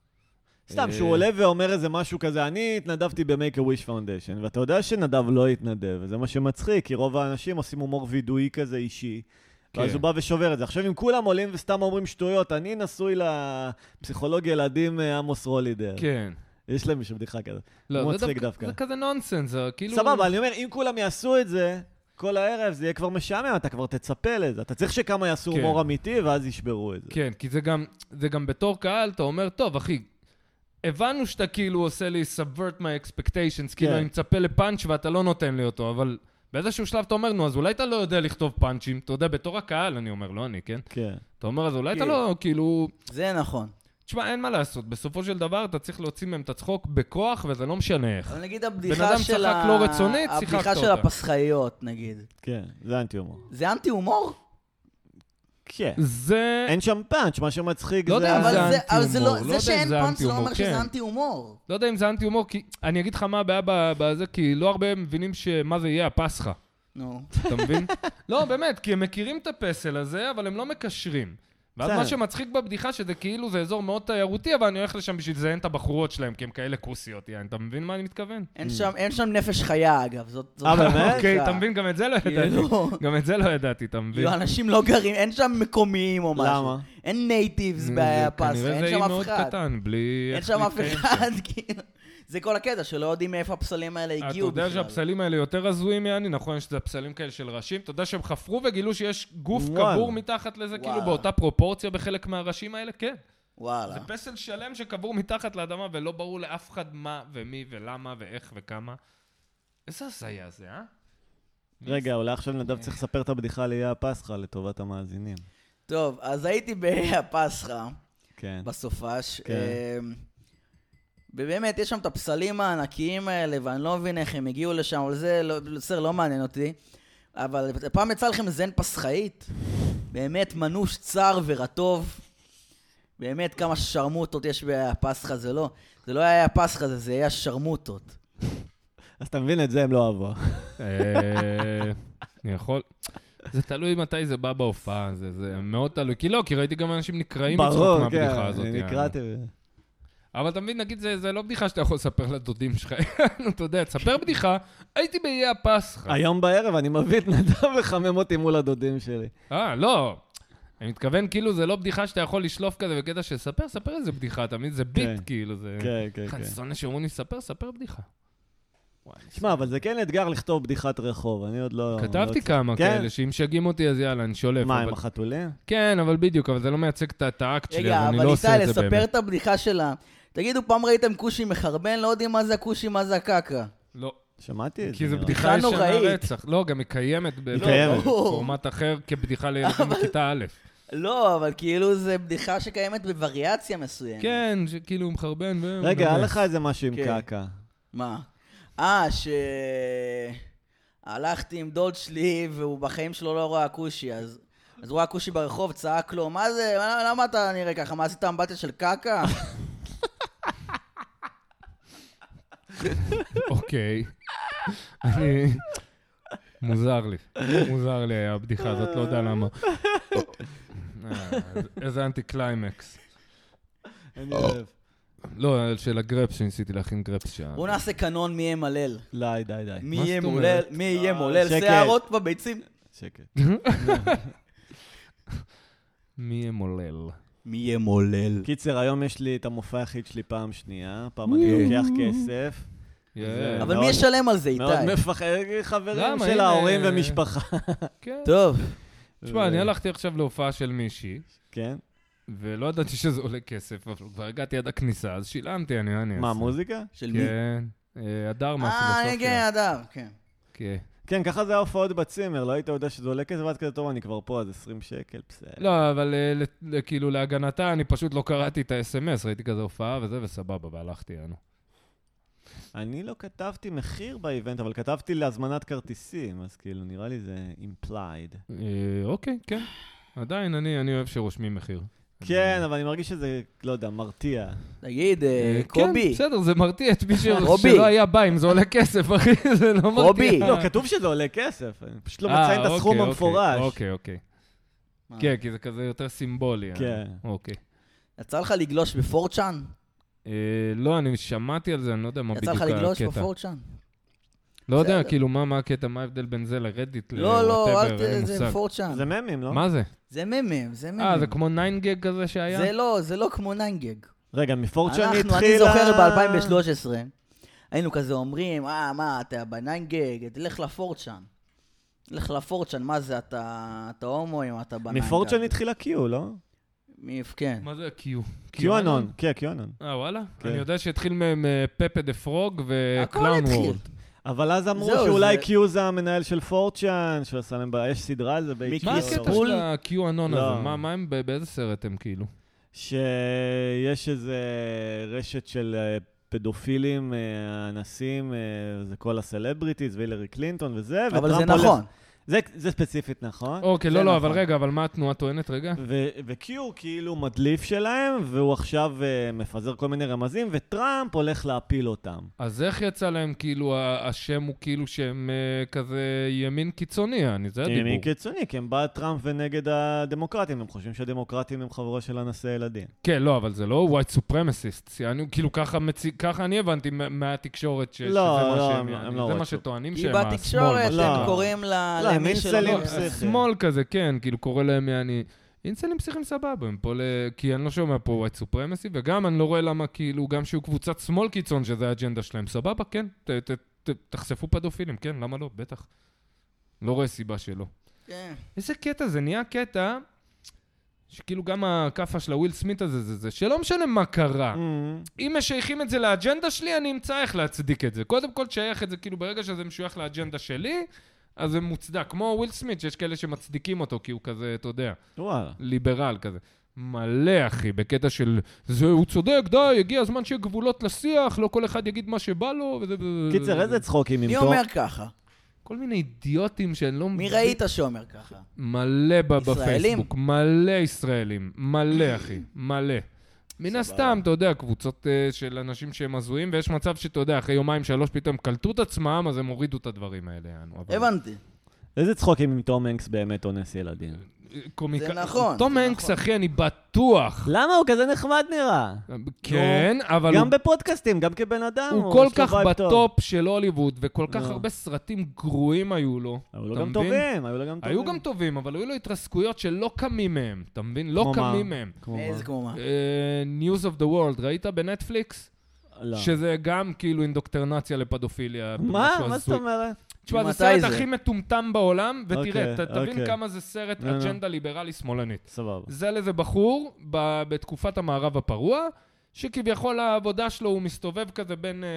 סתם, שהוא עולה ואומר איזה משהו כזה, אני התנדבתי ב-Make-A-Wish Foundation, ואתה יודע שנדב לא התנדב, וזה מה שמצחיק, כי רוב האנשים עושים הומור וידואי כזה אישי, ואז הוא בא ושובר את זה. עכשיו, אם כולם עולים וסתם אומרים שטויות, אני נשוי לפסיכולוג ילדים עמוס רולידר. כן. יש להם מישהו בדיחה כזה. לא, זה כזה נונסנס, זה כאילו... סבבה, אני אומר, אם כולם יעשו את זה, כל הערב זה יהיה כבר משעמם, אתה כבר תצפה לזה. אתה צריך שכמה יעשו הומור אמיתי, ואז ישברו את זה. כן, כי זה גם בתור קהל, אתה אומר, טוב, אחי, הבנו שאתה כאילו עושה לי subvert my expectations, כאילו אני מצפה לפאנץ' ואתה לא נותן לי אותו, אבל באיזשהו שלב אתה אומר, נו, אז אולי אתה לא יודע לכתוב פאנצ'ים, אתה יודע, בתור הקהל, אני אומר, לא אני, כן? כן. אתה אומר, אז אולי אתה לא, כאילו... זה נכון. תשמע, אין מה לעשות, בסופו של דבר אתה צריך להוציא מהם את הצחוק בכוח, וזה לא משנה איך. אבל נגיד הבדיחה של ה... בן אדם צחק לא רצונית, שיחקת אותה. הבדיחה של הפסחאיות, נגיד. כן, זה אנטי הומור. זה אנטי הומור? כן. זה... אין שם פאנץ', מה שמצחיק זה... לא יודע אם זה אנטי הומור. זה שאין פאנץ' לא אומר שזה אנטי הומור. לא יודע אם זה אנטי הומור, כי אני אגיד לך מה הבעיה בזה, כי לא הרבה מבינים שמה זה יהיה הפסחה. נו. אתה מבין? לא, באמת, כי הם מכירים את הפסל הזה, אבל הם לא מקשרים. ואז מה שמצחיק בבדיחה שזה כאילו זה אזור מאוד תיירותי, אבל אני הולך לשם בשביל זה אין את הבחורות שלהם, כי הם כאלה כוסיות, יעני, אתה מבין מה אני מתכוון? אין שם נפש חיה, אגב, זאת... אה, באמת? אוקיי, אתה מבין, גם את זה לא ידעתי. גם את זה לא ידעתי, אתה מבין? אנשים לא גרים, אין שם מקומיים או משהו. למה? אין נייטיבס בפסחה, אין שם אף אחד. כנראה זה מאוד קטן, בלי... אין שם אף אחד, כאילו. זה כל הקטע, שלא יודעים מאיפה הפסלים האלה הגיעו בכלל. אתה יודע שהפסלים האלה יותר הזויים, יעני, נכון, שזה הפסלים כאלה של ראשים, אתה יודע שהם חפרו וגילו שיש גוף קבור מתחת לזה, כאילו באותה פרופורציה בחלק מהראשים האלה, כן. וואלה. זה פסל שלם שקבור מתחת לאדמה, ולא ברור לאף אחד מה ומי ולמה ואיך וכמה. איזה עשייה זה, אה? רגע, אולי עכשיו נדב צריך לספר את הבדיחה על איי הפסחה לטובת המאזינים. טוב, אז הייתי באיי הפסחה, כן. בסופש. כן. ובאמת, יש שם את הפסלים הענקיים האלה, ואני לא מבין איך הם הגיעו לשם, אבל זה לא, בסדר, לא מעניין אותי. אבל פעם יצא לכם זן פסחאית? באמת מנוש צר ורטוב. באמת כמה שרמוטות יש בפסחה, זה לא. זה לא היה הפסחה, זה, זה היה שרמוטות. אז אתה מבין, את זה הם לא אהבו. אני יכול... זה תלוי מתי זה בא בהופעה, זה מאוד תלוי. כי לא, כי ראיתי גם אנשים נקראים לצחוק מהבדיחה הזאת. ברור, כן, נקראתי. אבל אתה מבין, נגיד, זה לא בדיחה שאתה יכול לספר לדודים שלך. אתה יודע, תספר בדיחה, הייתי באיי הפסחה. היום בערב אני מביא את נדב וחמם אותי מול הדודים שלי. אה, לא. אני מתכוון, כאילו, זה לא בדיחה שאתה יכול לשלוף כזה בקטע של ספר, ספר איזה בדיחה, אתה מבין? זה ביט, כאילו, זה... כן, כן, כן. חצונה שאומרו לי, ספר, ספר בדיחה. תשמע, אבל זה כן אתגר לכתוב בדיחת רחוב, אני עוד לא... כתבתי כמה כאלה, שאם שגים אותי, אז יאללה, אני שולף. מה, עם החתולים? כן, אבל בדיוק, אבל זה לא מייצג את האקט שלי, אז אני לא עושה את זה באמת. רגע, אבל איתי, לספר את הבדיחה שלה. תגידו, פעם ראיתם כושי מחרבן? לא יודעים מה זה הכושי, מה זה הקקה. לא. שמעתי את זה. כי זו בדיחה ישנה רצח. לא, גם היא קיימת בפורמט אחר כבדיחה לילדים בכיתה א'. לא, אבל כאילו זה בדיחה שקיימת בווריאציה מסוימת. כן, שכאילו הוא מחרבן ו... רגע, היה לך איזה משהו עם קקה. מה? אה, שהלכתי עם דוד שלי והוא בחיים שלו לא רואה כושי, אז הוא רואה כושי ברחוב, צעק לו, מה זה? למה אתה נראה ככה? מה עשית אמבטיה של קקה? אוקיי. אני... מוזר לי. מוזר לי הבדיחה הזאת, לא יודע למה. איזה אנטי קליימקס. אני אוהב. לא, של הגרפס, שניסיתי להכין גרפס שם. בואו נעשה קנון מי יהיה מלל. די, די, די. מי יהיה מולל? שערות בביצים. שקט. מי יהיה מולל? מי יהיה מולל? קיצר, היום יש לי את המופע היחיד שלי פעם שנייה, פעם אני לוקח כסף. אבל מי ישלם על זה, איתי? מאוד מפחד, חברים של ההורים ומשפחה. טוב. תשמע, אני הלכתי עכשיו להופעה של מישהי. כן. ולא ידעתי שזה עולה כסף, אבל כבר הגעתי עד הכניסה, אז שילמתי, אני מה אני אעשה. מה, מוזיקה? של מי? כן. אדר מהפילוסופיה. אה, כן, אדר, כן. כן. כן, ככה זה ההופעות בצימר, לא היית יודע שזה עולה כסף, ואז כזה טוב, אני כבר פה, אז עשרים שקל, בסדר. לא, אבל כאילו להגנתה, אני פשוט לא קראתי את ה-אס אם אס, ראיתי כזה הופעה וזה, וסבבה, והלכתי, אנו. אני לא כתבתי מחיר באיבנט, אבל כתבתי להזמנת כרטיסים, אז כאילו, נראה לי זה implied. אוקיי, כן. עדיין, אני אוהב שרושמים מחיר. כן, אבל אני מרגיש שזה, לא יודע, מרתיע. תגיד, קובי. כן, בסדר, זה מרתיע את מי שלא היה בא, אם זה עולה כסף, אחי, זה לא מרתיע. קובי. לא, כתוב שזה עולה כסף, אני פשוט לא מציין את הסכום המפורש. אוקיי, אוקיי. כן, כי זה כזה יותר סימבולי. כן. אוקיי. יצא לך לגלוש בפורצ'אן? לא, אני שמעתי על זה, אני לא יודע מה בדיוק הקטע. יצא לך לגלוש בפורצ'אן? לא יודע, כאילו, מה הקטע, מה ההבדל בין זה לרדיט, לא, לא, זה פורצ'אן. זה ממים, לא? מה זה? זה ממים, זה ממים. אה, זה כמו ניינגג כזה שהיה? זה לא, זה לא כמו ניינגג. רגע, מפורצ'אן התחילה... אני זוכר ב-אלפיים ושלוש עשרה, היינו כזה אומרים, אה, מה, אתה בניינגג, תלך לפורצ'אן. תלך לפורצ'אן, מה זה, אתה הומואים, אתה בניינגג. מפורצ'אן התחילה קיו, לא? כן. מה זה קיו? קיואנון, כן, קיואנון. אה, וואלה? אני יודע שהתחיל מהם פפה דה פרוג וקלאון הכל וורד. התחיל. אבל אז אמרו שאולי קיו זה המנהל של פורצ'אן, שעשה להם, יש סדרה על זה ב-אייץ' מה הקטע של הקיואנון הזה? מה הם, באיזה סרט הם כאילו? שיש איזה רשת של פדופילים, אנסים, זה כל הסלבריטיז, והילרי קלינטון וזה. אבל זה נכון. זה, זה ספציפית, נכון? אוקיי, לא, לא, אבל רגע, אבל מה התנועה טוענת, רגע? ו-Q כאילו מדליף שלהם, והוא עכשיו uh, מפזר כל מיני רמזים, וטראמפ הולך להפיל אותם. אז איך יצא להם כאילו, השם הוא כאילו שהם uh, כזה ימין קיצוני, אני זה הדיבור. ימין קיצוני, כי הם בעד טראמפ ונגד הדמוקרטים, הם חושבים שהדמוקרטים הם חברו של הנשיא ילדים. כן, לא, אבל זה לא white supremacist, אני, כאילו ככה, מצ... ככה אני הבנתי מהתקשורת ש... לא, שזה לא, מה שהם, הם לא זה מה שטוענים שהם השמאל. כי בתקשורת הם קוראים ל... אינסלים פסיכיים. שמאל כזה, כן, כאילו קורא להם, יעני, אינסלים פסיכיים סבבה, הם פה ל... כי אני לא שומע פה white supremacy, וגם אני לא רואה למה, כאילו, גם שהוא קבוצת שמאל קיצון, שזה האג'נדה שלהם, סבבה, כן, ת, ת, ת, תחשפו פדופילים, כן, למה לא? בטח. לא רואה סיבה שלא. כן. איזה קטע, זה נהיה קטע, שכאילו גם הכפה של הוויל סמית הזה, זה, זה, שלא משנה מה קרה. Mm-hmm. אם משייכים את זה לאג'נדה שלי, אני אמצא איך להצדיק את זה. קודם כל, תשייך את זה, כאילו, ברגע שזה משוייך לאג'נדה שלי, אז זה מוצדק, כמו וויל סמית, שיש כאלה שמצדיקים אותו, כי הוא כזה, אתה יודע, וואלה. ליברל כזה. מלא, אחי, בקטע של, זה, הוא צודק, די, הגיע הזמן שיהיה גבולות לשיח, לא כל אחד יגיד מה שבא לו, וזה... קיצר, איזה צחוקים עם מי תור? אומר ככה? כל מיני אידיוטים שאני לא... מי ראית שאומר ככה? מלא בפייסבוק, מלא ישראלים, מלא, אחי, מלא. מן הסתם, אתה יודע, קבוצות uh, של אנשים שהם הזויים, ויש מצב שאתה יודע, אחרי יומיים שלוש פתאום קלטו את עצמם, אז הם הורידו את הדברים האלה. אבל... הבנתי. איזה צחוקים עם תום הנקס באמת אונס ילדים? קומיקה... זה נכון. תום הנקס, אחי, אני בטוח. למה? הוא כזה נחמד נראה. כן, אבל... גם בפודקאסטים, גם כבן אדם. הוא כל כך בטופ של הוליווד, וכל כך הרבה סרטים גרועים היו לו. היו לו גם טובים, היו לו גם טובים. היו גם טובים, אבל היו לו התרסקויות שלא קמים מהם, אתה מבין? לא קמים מהם. איזה כמו מה? News of the World, ראית בנטפליקס? לא. שזה גם כאילו אינדוקטרנציה לפדופיליה. מה? מה זאת אומרת? תשמע, זה סרט הכי מטומטם בעולם, ותראה, תבין כמה זה סרט אג'נדה ליברלי שמאלנית. סבבה. זה לזה בחור, בתקופת המערב הפרוע, שכביכול העבודה שלו הוא מסתובב כזה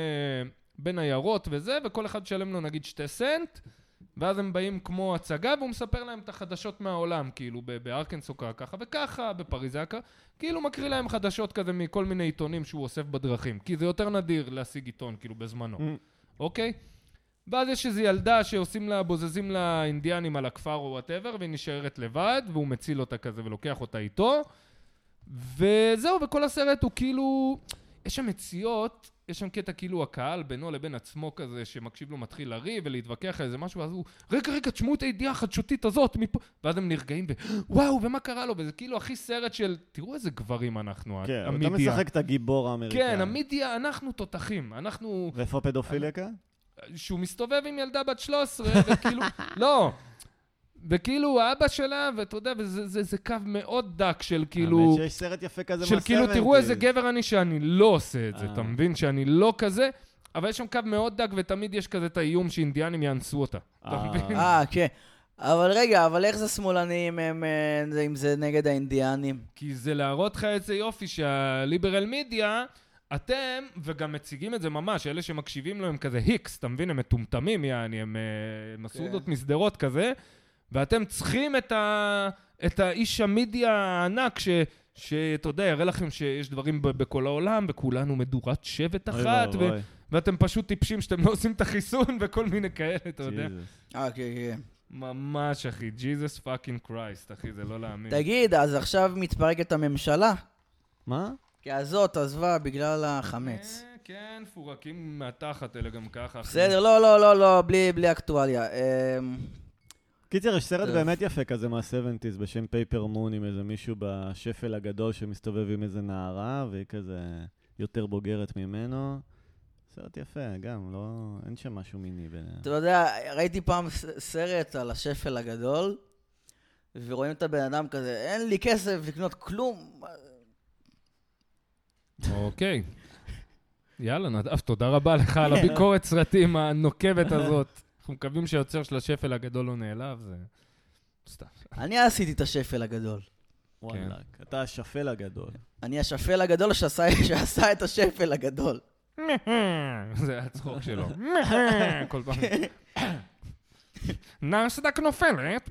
בין עיירות וזה, וכל אחד שלם לו נגיד שתי סנט, ואז הם באים כמו הצגה, והוא מספר להם את החדשות מהעולם, כאילו בארקנסו ככה וככה, בפריז ככה, כאילו מקריא להם חדשות כזה מכל מיני עיתונים שהוא אוסף בדרכים, כי זה יותר נדיר להשיג עיתון, כאילו בזמנו. אוקיי? ואז יש איזו ילדה שעושים לה, בוזזים לה אינדיאנים על הכפר או whatever, והיא נשארת לבד, והוא מציל אותה כזה ולוקח אותה איתו, וזהו, וכל הסרט הוא כאילו, יש שם מציאות, יש שם קטע כאילו הקהל בינו לבין עצמו כזה, שמקשיב לו מתחיל לריב ולהתווכח על איזה משהו, ואז הוא, רגע, רגע, תשמעו את הידיעה החדשותית הזאת מפה, ואז הם נרגעים, ווואו, ומה קרה לו? וזה כאילו הכי סרט של, תראו איזה גברים אנחנו, כן, המידיה. אתה משחק את הגיבור האמריקאי. כן, המידיה, אנחנו תותחים, אנחנו... ואיפה הפדופיליה כאן? שהוא מסתובב עם ילדה בת שלוש עשרה, וכאילו, לא, וכאילו האבא שלה, ואתה יודע, וזה זה, זה קו מאוד דק של כאילו... האמת שיש סרט יפה כזה של כאילו, תראו איזה גבר אני שאני לא עושה את זה, אתה מבין? שאני לא כזה, אבל יש שם קו מאוד דק, ותמיד יש כזה את האיום שאינדיאנים יאנסו אותה, אתה מבין? אה, כן. אבל רגע, אבל איך זה שמאלנים אם זה נגד האינדיאנים? כי זה להראות לך איזה יופי שהליברל מידיה... אתם, וגם מציגים את זה ממש, אלה שמקשיבים לו הם כזה היקס, אתה מבין? הם מטומטמים, יעני, הם מסעודות מסדרות כזה, ואתם צריכים את, ה, את האיש המידיה הענק, ש, שאתה יודע, יראה לכם שיש דברים ב, בכל העולם, וכולנו מדורת שבט אחת, ו, ואתם פשוט טיפשים שאתם לא עושים את החיסון, וכל מיני כאלה, אתה יודע? אה, כן, כן. ממש, אחי, Jesus fucking Christ, אחי, זה לא להאמין. תגיד, אז עכשיו מתפרקת הממשלה? מה? כי הזאת עזבה בגלל החמץ. כן, פורקים מהתחת אלה גם ככה. בסדר, לא, לא, לא, לא, בלי אקטואליה. קיצר, יש סרט באמת יפה כזה מה-שבעים בשם פייפר מון, עם איזה מישהו בשפל הגדול שמסתובב עם איזה נערה, והיא כזה יותר בוגרת ממנו. סרט יפה, גם, לא... אין שם משהו מיני ביניהם. אתה יודע, ראיתי פעם סרט על השפל הגדול, ורואים את הבן אדם כזה, אין לי כסף לקנות כלום. אוקיי. יאללה, נדב, תודה רבה לך על הביקורת סרטים הנוקבת הזאת. אנחנו מקווים שהיוצר של השפל הגדול לא נעלב, זה... סתם. אני עשיתי את השפל הגדול. וואלה, אתה השפל הגדול. אני השפל הגדול שעשה את השפל הגדול. זה הצחוק שלו. כל פעם. נרסדק נופלת.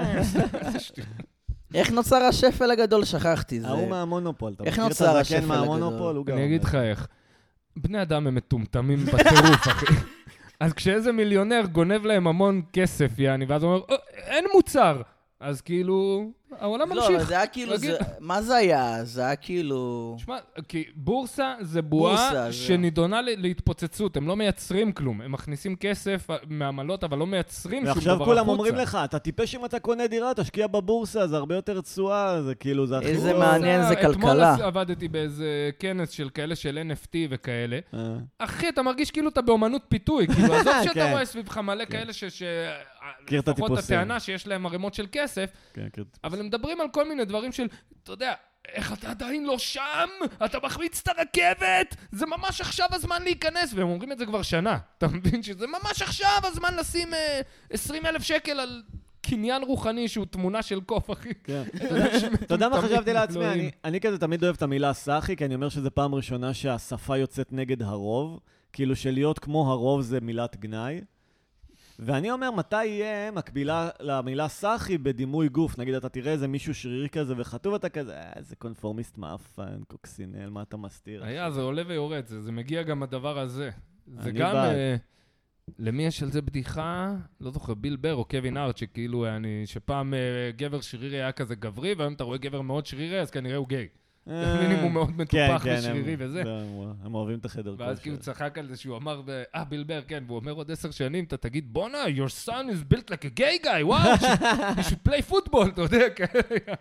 איך נוצר השפל הגדול? שכחתי. הוא מהמונופול. איך נוצר השפל הגדול? אני אגיד לך איך. בני אדם הם מטומטמים בטירוף, אחי. אז כשאיזה מיליונר גונב להם המון כסף, יעני, ואז הוא אומר, אין מוצר. אז כאילו, העולם ממשיך. לא, אבל זה היה כאילו, מה זה היה? זה היה כאילו... תשמע, כי בורסה זה בועה שנידונה להתפוצצות, הם לא מייצרים כלום, הם מכניסים כסף מעמלות, אבל לא מייצרים שום דבר החוצה. ועכשיו כולם אומרים לך, אתה טיפש אם אתה קונה דירה, תשקיע בבורסה, זה הרבה יותר תשואה, זה כאילו, זה הכי... איזה מעניין, זה כלכלה. אתמול עבדתי באיזה כנס של כאלה של אן אף טי וכאלה. אחי, אתה מרגיש כאילו אתה באומנות פיתוי, כאילו, עזוב שאתה רואה סביבך מלא כאלה ש... לפחות הטענה שיש להם ערימות של כסף, אבל הם מדברים על כל מיני דברים של, אתה יודע, איך אתה עדיין לא שם? אתה מחמיץ את הרכבת? זה ממש עכשיו הזמן להיכנס, והם אומרים את זה כבר שנה. אתה מבין שזה ממש עכשיו הזמן לשים עשרים אלף שקל על קניין רוחני שהוא תמונה של קוף, אחי. אתה יודע מה חשבתי לעצמי? אני כזה תמיד אוהב את המילה סאחי, כי אני אומר שזה פעם ראשונה שהשפה יוצאת נגד הרוב, כאילו שלהיות כמו הרוב זה מילת גנאי. ואני אומר, מתי יהיה מקבילה למילה סאחי בדימוי גוף? נגיד, אתה תראה איזה מישהו שרירי כזה וחטוב, אתה כזה, איזה קונפורמיסט מאפן, קוקסינל, מה אתה מסתיר? היה, זה עולה ויורד, זה, זה מגיע גם הדבר הזה. זה גם, אה, למי יש על זה בדיחה? לא זוכר, ביל בר או קווין ארט, שכאילו, אני, שפעם אה, גבר שרירי היה כזה גברי, והיום אתה רואה גבר מאוד שרירי, אז כנראה הוא גיי. מינימום מאוד מטופח ושרירי וזה. הם אוהבים את החדר. ואז כאילו צחק על זה שהוא אמר, אה, בילבר, כן, והוא אומר עוד עשר שנים, אתה תגיד, בונה, your son is built like a gay guy, וואו, you should play football, אתה יודע, כאלה.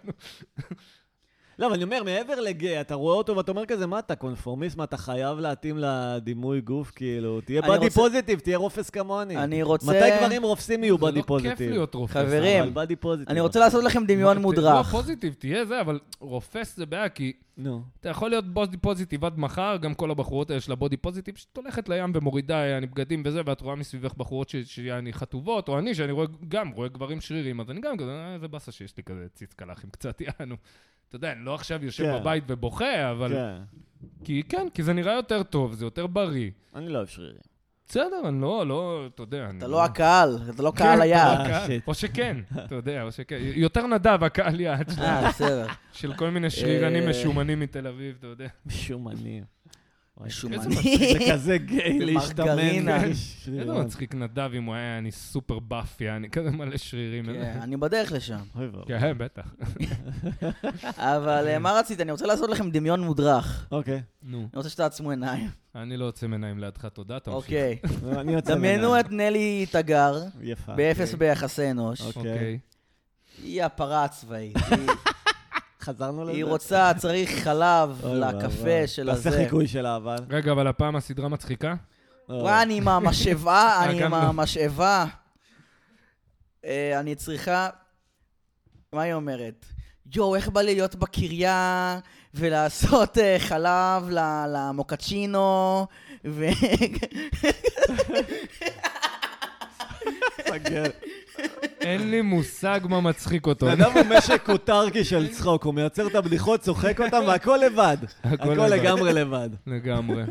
לא, אבל אני אומר, מעבר לגיי, אתה רואה אותו ואתה אומר כזה, מה אתה קונפורמיסט, מה אתה חייב להתאים לדימוי גוף, כאילו, תהיה בדי פוזיטיב, תהיה רופס כמוני. אני רוצה... מתי גברים רופסים יהיו בדי פוזיטיב? זה לא כיף להיות רופס. חברים, אני רוצה לעשות לכם דמיון מודרך. לא פוזיטיב, תהיה זה, אבל רופס זה בעיה, כי אתה יכול להיות בודי פוזיטיב עד מחר, גם כל הבחורות יש לה בודי פוזיטיב, שאת הולכת לים ומורידה בגדים וזה, ואת רואה מסביבך בחורות שאני חטובות, או אני, שאני גם רואה גברים שרירים, אז אני גם כזה, זה בסה שיש לי כזה ציץ קלחים קצת, יענו. אתה יודע, אני לא עכשיו יושב בבית ובוכה, אבל... כי כן, כי זה נראה יותר טוב, זה יותר בריא. אני לא אוהב שרירים. בסדר, אני לא, לא, אתה יודע. אתה לא הקהל, אתה לא קהל היעד. או שכן, אתה יודע, או שכן. יותר נדב הקהל יעד שלנו. אה, בסדר. של כל מיני שרירנים משומנים מתל אביב, אתה יודע. משומנים. משומנים. זה כזה גיי להשתמן. איזה מצחיק נדב אם הוא היה, אני סופר באפי, אני כזה מלא שרירים. אני בדרך לשם. כן, בטח. אבל מה רצית? אני רוצה לעשות לכם דמיון מודרך. אוקיי. נו. אני רוצה שתעצמו עיניים. אני לא יוצא עיניים לידך, תודה, תמשיך. אוקיי. דמיינו את נלי תגר, באפס ביחסי אנוש. אוקיי. היא הפרה הצבאית. חזרנו לזה. היא רוצה, צריך חלב לקפה של הזה. תעשה חיקוי שלה, אבל. רגע, אבל הפעם הסדרה מצחיקה? וואי, אני עם המשאבה, אני עם המשאבה. אני צריכה... מה היא אומרת? יו, איך בא לי להיות בקריה ולעשות חלב למוקצ'ינו ו... סגר. אין לי מושג מה מצחיק אותו. אדם הוא משק קוטרקי של צחוק, הוא מייצר את הבדיחות, צוחק אותם, והכל לבד. הכל לגמרי לבד. לגמרי.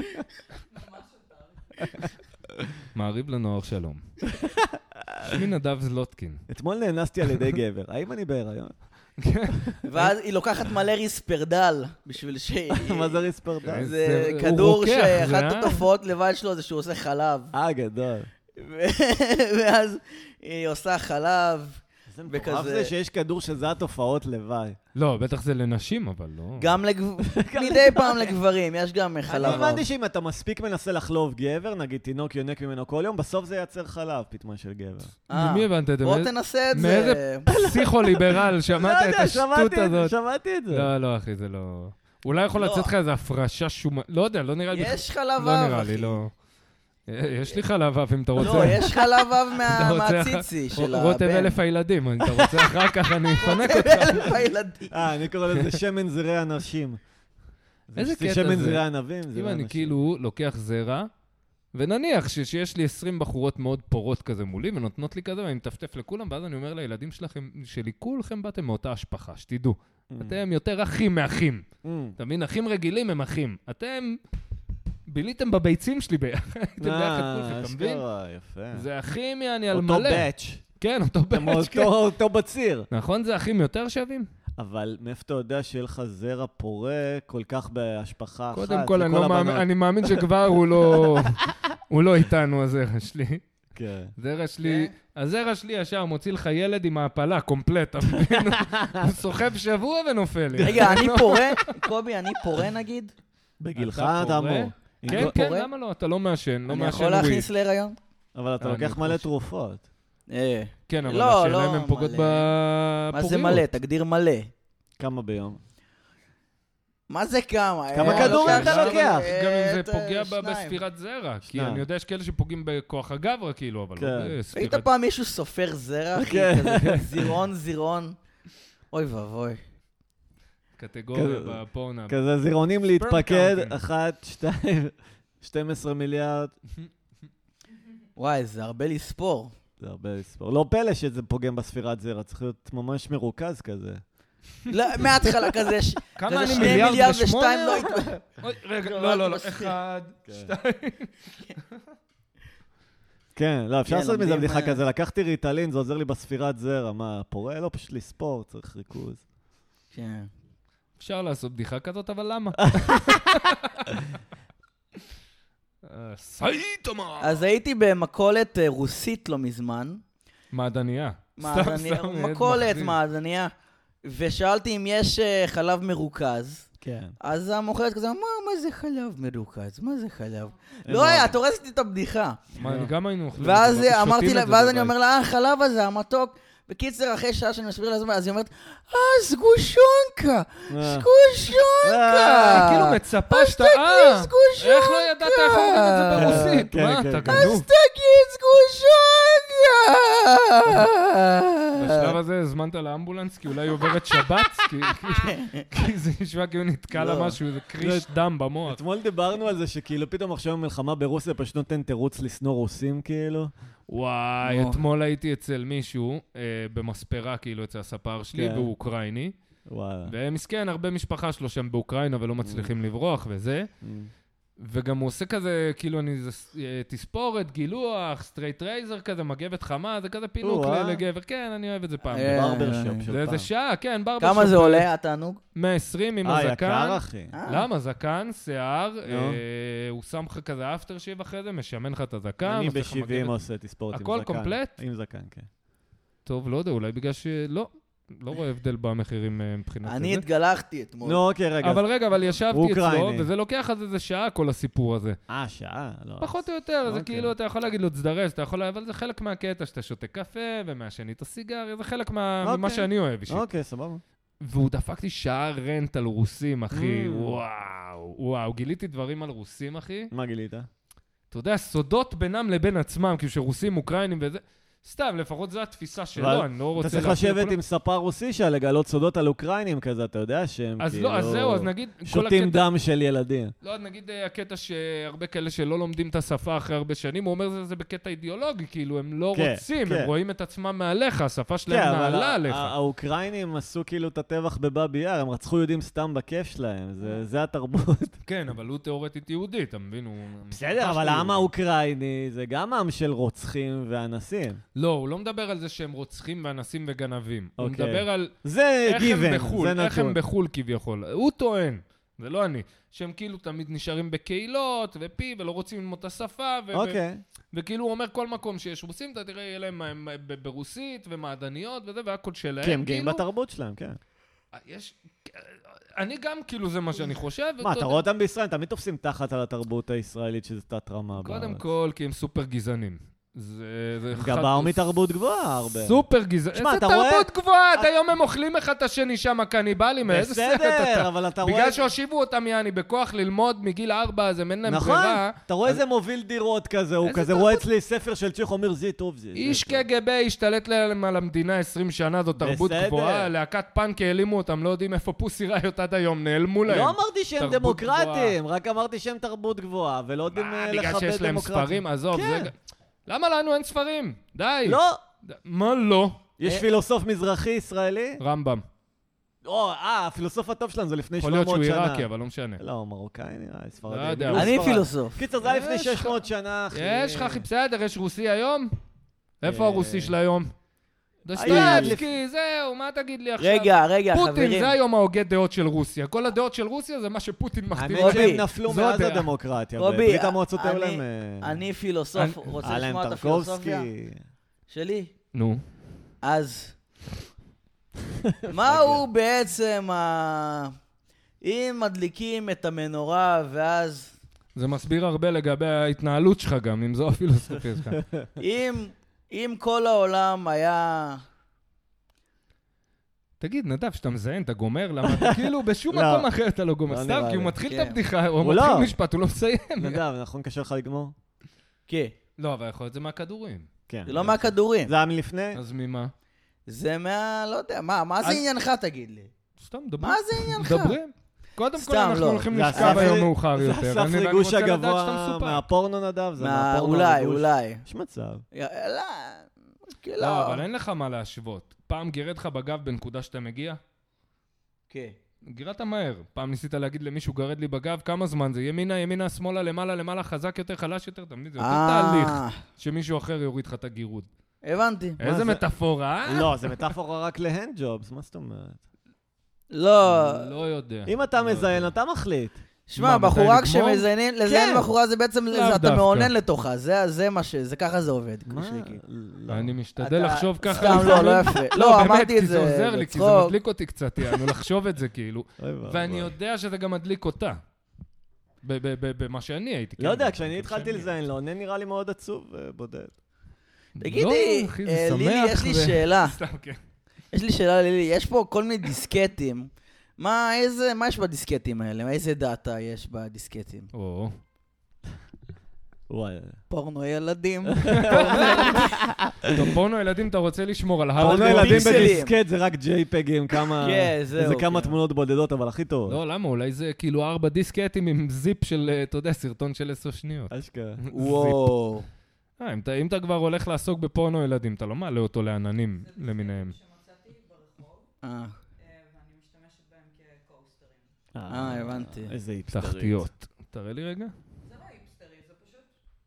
מעריב לנוער שלום. שמי נדב זלוטקין. אתמול נאנסתי על ידי גבר. האם אני בהיריון? ואז היא לוקחת מלא ריספרדל, בשביל ש... מה זה ריספרדל? זה כדור שאחת התופעות לבד שלו זה שהוא עושה חלב. אה, גדול. ואז היא עושה חלב. זה מטורף זה שיש כדור שזה התופעות לוואי. לא, בטח זה לנשים, אבל לא. גם מדי פעם לגברים, יש גם חלב. אני הבנתי שאם אתה מספיק מנסה לחלוב גבר, נגיד תינוק יונק ממנו כל יום, בסוף זה ייצר חלב, פתאום של גבר. ממי הבנת את זה? בוא תנסה את זה. מאיזה פסיכו-ליברל שמעת את השטות הזאת? שמעתי את זה. לא, לא, אחי, זה לא... אולי יכול לצאת לך איזה הפרשה שומה... לא יודע, לא נראה לי... יש חלב לא נראה לי, לא... יש לי חלב אב אם אתה רוצה. לא, יש חלב אב מהציצי של הבן. רוטב אלף הילדים, אם אתה רוצה אחר כך אני אפנק אותך. רוטב אלף הילדים. אה, אני קורא לזה שמן זרעי אנשים. איזה קטע זה? שמן זרעי ענבים. אם אני כאילו לוקח זרע, ונניח שיש לי עשרים בחורות מאוד פורות כזה מולי, ונותנות לי כזה, ואני מטפטף לכולם, ואז אני אומר לילדים שלכם, שלי כולכם באתם מאותה השפחה, שתדעו. אתם יותר אחים מאחים. אתה מבין? אחים רגילים הם אחים. אתם... ביליתם בביצים שלי ביחד, הייתם ביחד כולכם, אתה מבין? יפה. זה אחים יעני על מלא. אותו בץ'. כן, אותו בץ', כן. אותו בציר. נכון, זה אחים יותר שווים? אבל מאיפה אתה יודע שיהיה לך זרע פורה כל כך בהשפחה אחת? קודם כל, אני מאמין שכבר הוא לא... הוא לא איתנו, הזרע שלי. כן. זרע שלי, הזרע שלי ישר מוציא לך ילד עם ההפלה, קומפלט, הוא סוחב שבוע ונופל לי. רגע, אני פורה? קובי, אני פורה נגיד? בגילך אתה אמור. כן, כן, למה לא? אתה לא מעשן, לא מעשן אני יכול להכניס להיריון? אבל אתה לוקח מלא תרופות. כן, אבל השאלה אם הן פוגעות בפוריות. מה זה מלא? תגדיר מלא. כמה ביום? מה זה כמה? כמה כדורים אתה לוקח? גם אם זה פוגע בספירת זרע. כי אני יודע שיש כאלה שפוגעים בכוח הגברה, כאילו, אבל לא בספירת... ראית פעם מישהו סופר זרע? זירון, זירון. אוי ואבוי. קטגוריה בפורנה. כזה זירונים להתפקד, אחת, שתיים, שתים עשרה מיליארד. וואי, זה הרבה לספור. זה הרבה לספור. לא פלא שזה פוגם בספירת זרע, צריך להיות ממש מרוכז כזה. מההתחלה כזה, כמה אני שני מיליארד ושתיים לא התפקד. רגע, לא, לא, לא, אחד, שתיים. כן, לא, אפשר לעשות מזה בדיחה כזה, לקחתי ריטלין, זה עוזר לי בספירת זרע, מה, פורה? לא, פשוט לספור, צריך ריכוז. כן. אפשר לעשות בדיחה כזאת, אבל למה? סייטמה! אז הייתי במכולת רוסית לא מזמן. מעדניה. מכולת, מעדניה. ושאלתי אם יש חלב מרוכז. כן. אז המוכרת כזה, מה, מה זה חלב מרוכז? מה זה חלב? לא היה, את הורסת את הבדיחה. מה, גם היינו אוכלים. ואז אמרתי לה, ואז אני אומר לה, אה, החלב הזה, המתוק. בקיצר, אחרי שעה שאני מסביר לזה, אז היא אומרת, אה, סגושונקה, סגושונקה. כאילו מצפה שאתה, אה, איך לא ידעת איך אומרים את זה ברוסית? מה, אתה גנוב? אז תגיד סגושונקה. בשלב הזה הזמנת לאמבולנס, כי אולי עוברת שבץ, כי זה נשמע כאילו נתקע לה משהו, איזה קריש דם במוח. אתמול דיברנו על זה שכאילו פתאום עכשיו המלחמה ברוסיה פשוט נותן תירוץ לשנוא רוסים כאילו. וואי, אתמול הייתי אצל מישהו, במספרה כאילו אצל הספר שלי, והוא אוקראיני. ומסכן, הרבה משפחה שלו שם באוקראינה ולא מצליחים לברוח וזה. וגם הוא עושה כזה, כאילו אני, תספורת, גילוח, סטרייט רייזר כזה, מגבת חמה, זה כזה פינוק לגבר. כן, אני אוהב את זה פעם. ברבר שופ של פעם. זה שעה, כן, ברבר שופ. כמה זה עולה, התענוג? מאה ועשרים עם הזקן. אה, יקר אחי. למה? זקן, שיער, הוא שם לך כזה אפטר שיב אחרי זה, משמן לך את הזקן. אני ב-שבעים עושה תספורת עם זקן. הכל קומפלט? עם זקן, כן. טוב, לא יודע, אולי בגלל שלא. לא רואה הבדל במחירים מבחינת הזה. אני התגלחתי אתמול. נו, אוקיי, רגע. אבל רגע, אבל ישבתי אצלו, וזה לוקח אז איזה שעה כל הסיפור הזה. אה, שעה? פחות או יותר, זה כאילו, אתה יכול להגיד לו, תזדרז, אתה יכול, אבל זה חלק מהקטע שאתה שותה קפה, ומעשן איתו סיגריה, זה חלק ממה שאני אוהב אישית. אוקיי, סבבה. והוא דפק לי שעה רנט על רוסים, אחי. וואו, וואו, גיליתי דברים על רוסים, אחי. מה גילית? אתה יודע, סודות בינם לבין עצמם, כאילו שרוסים, אוקראינים וזה. סתם, לפחות זו התפיסה שלו, אני לא רוצה... אתה צריך לשבת עם ספר רוסי שלה, לגלות סודות על אוקראינים כזה, אתה יודע שהם כאילו... אז לא, אז זהו, אז נגיד... שותים דם של ילדים. לא, נגיד הקטע שהרבה כאלה שלא לומדים את השפה אחרי הרבה שנים, הוא אומר זה בקטע אידיאולוגי, כאילו הם לא רוצים, הם רואים את עצמם מעליך, השפה שלהם נעלה עליך. האוקראינים עשו כאילו את הטבח בבאבי יאר, הם רצחו יהודים סתם בכיף שלהם, זה התרבות. כן, אבל הוא תיאורטית יהודי, אתה מבין? בסדר, אבל העם האוקראיני זה גם עם של רוצחים ואנסים. לא, הוא לא מדבר על זה שהם רוצחים ואנסים וגנבים. הוא מדבר על... זה גיוון, זה נתון. איך הם בחול כביכול. הוא טוען, זה לא אני, שהם כאילו תמיד נשארים בקהילות ופי ולא רוצים ללמוד את השפה. וכאילו הוא אומר כל מקום שיש רוסים, אתה תראה, יהיה להם ברוסית ומעדניות וזה, והכל שלהם. כי הם גאים בתרבות שלהם, כן. יש... אני גם כאילו זה מה שאני חושב. מה, אתה רואה אותם בישראל, תמיד תופסים תחת על התרבות הישראלית שזה תת רמה. קודם כל, כי הם סופר גזענים. זה גם באו מתרבות גבוהה הרבה. סופר גזעני. איזה תרבות גבוהה? עד היום הם אוכלים אחד את השני שם הקניבלים. איזה סרט אתה? בסדר, אבל אתה רואה... בגלל שהושיבו אותם יעני בכוח ללמוד מגיל ארבע, אז הם אין להם נכון, אתה רואה איזה מוביל דירות כזה, הוא כזה רואה אצלי ספר של צ'יך, אומר זה טוב זה. איש קג"ב השתלט להם על המדינה עשרים שנה, זו תרבות גבוהה, להקת פאנק העלימו אותם, לא יודעים איפה פוסי ראיות עד היום, נעלמו להם. לא אמרתי שהם דמוקרטים, רק אמרתי שהם תרבות גבוהה, ולא יודעים לכבד דמוקרטים. למה לנו אין ספרים? די. לא. מה לא? יש פילוסוף מזרחי ישראלי? רמב"ם. אה, הפילוסוף הטוב שלנו זה לפני שמונה מאות שנה. יכול להיות שהוא עיראקי, אבל לא משנה. לא, מרוקאי נראה, ספרדי. לא יודע. אני פילוסוף. קיצר, זה לפני שש מאות שנה, אחי. יש לך, אחי, בסדר, יש רוסי היום? איפה הרוסי של היום? דוסטויבסקי, זהו, מה תגיד לי עכשיו? רגע, רגע, חברים. פוטין זה היום ההוגה דעות של רוסיה. כל הדעות של רוסיה זה מה שפוטין מכתיב. האמת שהם נפלו מאז הדמוקרטיה. ברית המועצות היו להם... אני פילוסוף, רוצה לשמוע את הפילוסופיה שלי? נו. אז, מהו בעצם ה... אם מדליקים את המנורה ואז... זה מסביר הרבה לגבי ההתנהלות שלך גם, אם זו הפילוסופיה שלך. אם... אם כל העולם היה... תגיד, נדב, שאתה מזיין, אתה גומר? למה? כאילו, בשום מקום אחר אתה לא גומר. סתם, כי הוא מתחיל את הבדיחה, הוא מתחיל משפט, הוא לא מסיים. נדב, נכון נקשר לך לגמור? כן. לא, אבל יכול להיות זה מהכדורים. זה לא מהכדורים. זה היה מלפני? אז ממה? זה מה... לא יודע, מה זה עניינך, תגיד לי? סתם, דברים. מה זה עניינך? דברים. קודם כל אנחנו הולכים לשכב היום מאוחר יותר. זה הסף ריגוש הגבוה מהפורנו, נדב? אולי, אולי. יש מצב. יאללה. לא, אבל אין לך מה להשוות. פעם גירד לך בגב בנקודה שאתה מגיע? כן. גירדת מהר. פעם ניסית להגיד למישהו גרד לי בגב, כמה זמן זה? ימינה, ימינה, שמאלה, למעלה, למעלה, חזק יותר, חלש יותר, תמיד זה יותר תהליך שמישהו אחר יוריד לך את הגירוד. הבנתי. איזה מטאפורה? לא, זה מטאפורה רק להנד ג'ובס, מה זאת אומרת? לא. לא יודע. אם אתה מזיין, אתה מחליט. שמע, בחורה כשמזיינים, לזיין בחורה זה בעצם, אתה מעונן לתוכה, זה מה ש... זה ככה זה עובד. אני משתדל לחשוב ככה. סתם, לא, לא יפה. לא, אמרתי את זה. זה עוזר לי, כי זה מדליק אותי קצת, יענו לחשוב את זה כאילו. ואני יודע שזה גם מדליק אותה. במה שאני הייתי. לא יודע, כשאני התחלתי לזיין, לא, עונה נראה לי מאוד עצוב ובודד. תגידי, לילי, יש לי שאלה. יש לי שאלה לילי, יש פה כל מיני דיסקטים. מה, איזה, מה יש בדיסקטים האלה? איזה דאטה יש בדיסקטים? או. וואי. פורנו ילדים. טוב, פורנו ילדים אתה רוצה לשמור על פורנו ילדים בדיסקט זה רק ג'יי-פגים, כמה... כן, זהו. זה כמה תמונות בודדות, אבל הכי טוב. לא, למה? אולי זה כאילו ארבע דיסקטים עם זיפ של, אתה יודע, סרטון של עשר שניות. אשכרה. וואו. אם אתה כבר הולך לעסוק בפורנו ילדים, אתה לא מעלה אותו לעננים למיניהם. אה. אה, הבנתי. איזה איפסטרית. תחתיות. תראה לי רגע. זה לא איפסטרי, זה פשוט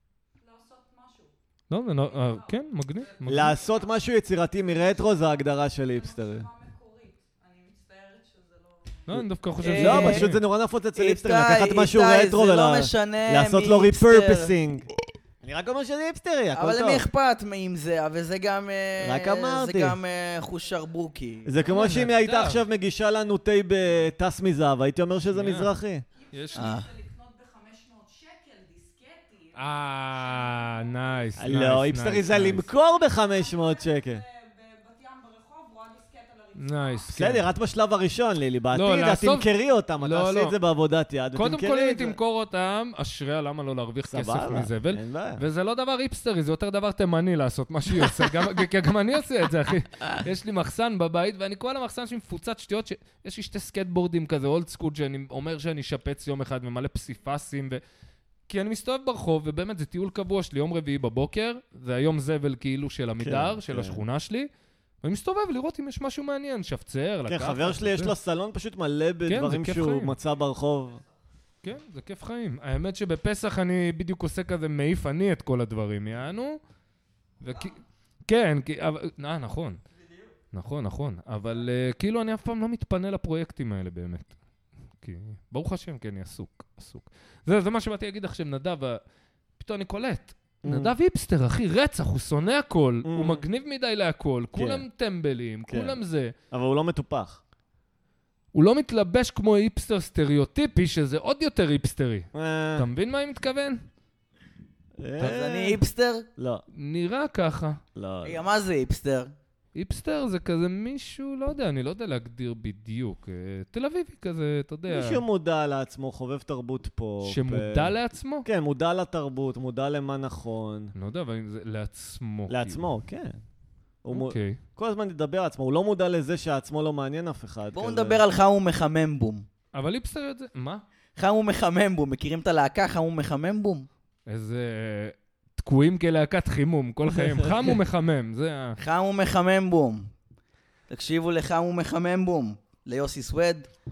לעשות משהו. לא, כן, מגניב. לעשות משהו יצירתי מרטרו זה ההגדרה של איפסטרי. אני מצטערת שזה לא... לא, אני דווקא חושב שזה... לא, פשוט זה נורא נפוץ אצל איפסטרים, לקחת משהו רטרו ולעשות לו ריפרפסינג. אני רק אומר שזה איפסטרי, הכל טוב. אבל למי אכפת עם זה, וזה גם... רק אמרתי. זה גם חוש שרבוקי. זה כמו שאם היא הייתה עכשיו מגישה לנו תה בטס מזהב, הייתי אומר שזה מזרחי. יש לי. זה לקנות ב-חמש מאות שקל דיסקטים. אה, נייס. לא, איפסטרי זה למכור ב-חמש מאות שקל. נייס. בסדר, את בשלב הראשון, לילי, בעתיד, את תמכרי אותם, את תעשי את זה בעבודת יד, קודם כל אם תמכור אותם, אשריה למה לא להרוויח כסף מזבל, וזה לא דבר היפסטרי, זה יותר דבר תימני לעשות מה שהיא עושה, כי גם אני עושה את זה, אחי. יש לי מחסן בבית, ואני כל המחסן שלי מפוצץ שטויות, יש לי שתי סקטבורדים כזה, אולד סקול, שאני אומר שאני שפץ יום אחד, ממלא פסיפסים, כי אני מסתובב ברחוב, ובאמת זה טיול קבוע שלי, יום רביעי בבוקר, זה היום זבל כאילו של עמידר, של השכונה שלי, ואני מסתובב לראות אם יש משהו מעניין, שפצר, לקחת. כן, חבר שלי יש לו סלון פשוט מלא בדברים שהוא מצא ברחוב. כן, זה כיף חיים. האמת שבפסח אני בדיוק עושה כזה מעיף אני את כל הדברים, יענו. כן, אה, נכון. נכון, נכון. אבל כאילו אני אף פעם לא מתפנה לפרויקטים האלה באמת. כי ברוך השם, כן, אני עסוק, עסוק. זה מה שבאתי להגיד עכשיו, נדב, פתאום אני קולט. נדב היפסטר, אחי, רצח, הוא שונא הכל, הוא מגניב מדי להכל, כולם טמבלים, כולם זה. אבל הוא לא מטופח. הוא לא מתלבש כמו היפסטר סטריאוטיפי, שזה עוד יותר היפסטרי. אתה מבין מה אני מתכוון? אז אני היפסטר? לא. נראה ככה. לא. מה זה היפסטר? היפסטר זה כזה מישהו, לא יודע, אני לא יודע להגדיר בדיוק. תל אביבי כזה, אתה יודע. מישהו מודע לעצמו, חובב תרבות פה. שמודע לעצמו? כן, מודע לתרבות, מודע למה נכון. לא יודע, אבל זה לעצמו. לעצמו, כן. אוקיי. כל הזמן נדבר על עצמו, הוא לא מודע לזה שעצמו לא מעניין אף אחד. בואו נדבר על חם ומחמם בום. אבל היפסטר זה, מה? חם ומחמם בום, מכירים את הלהקה חם ומחמם בום? איזה... תקועים כלהקת חימום, כל חיים. חם ומחמם, זה ה... חם ומחמם בום. תקשיבו לחם ומחמם בום. ליוסי סווד.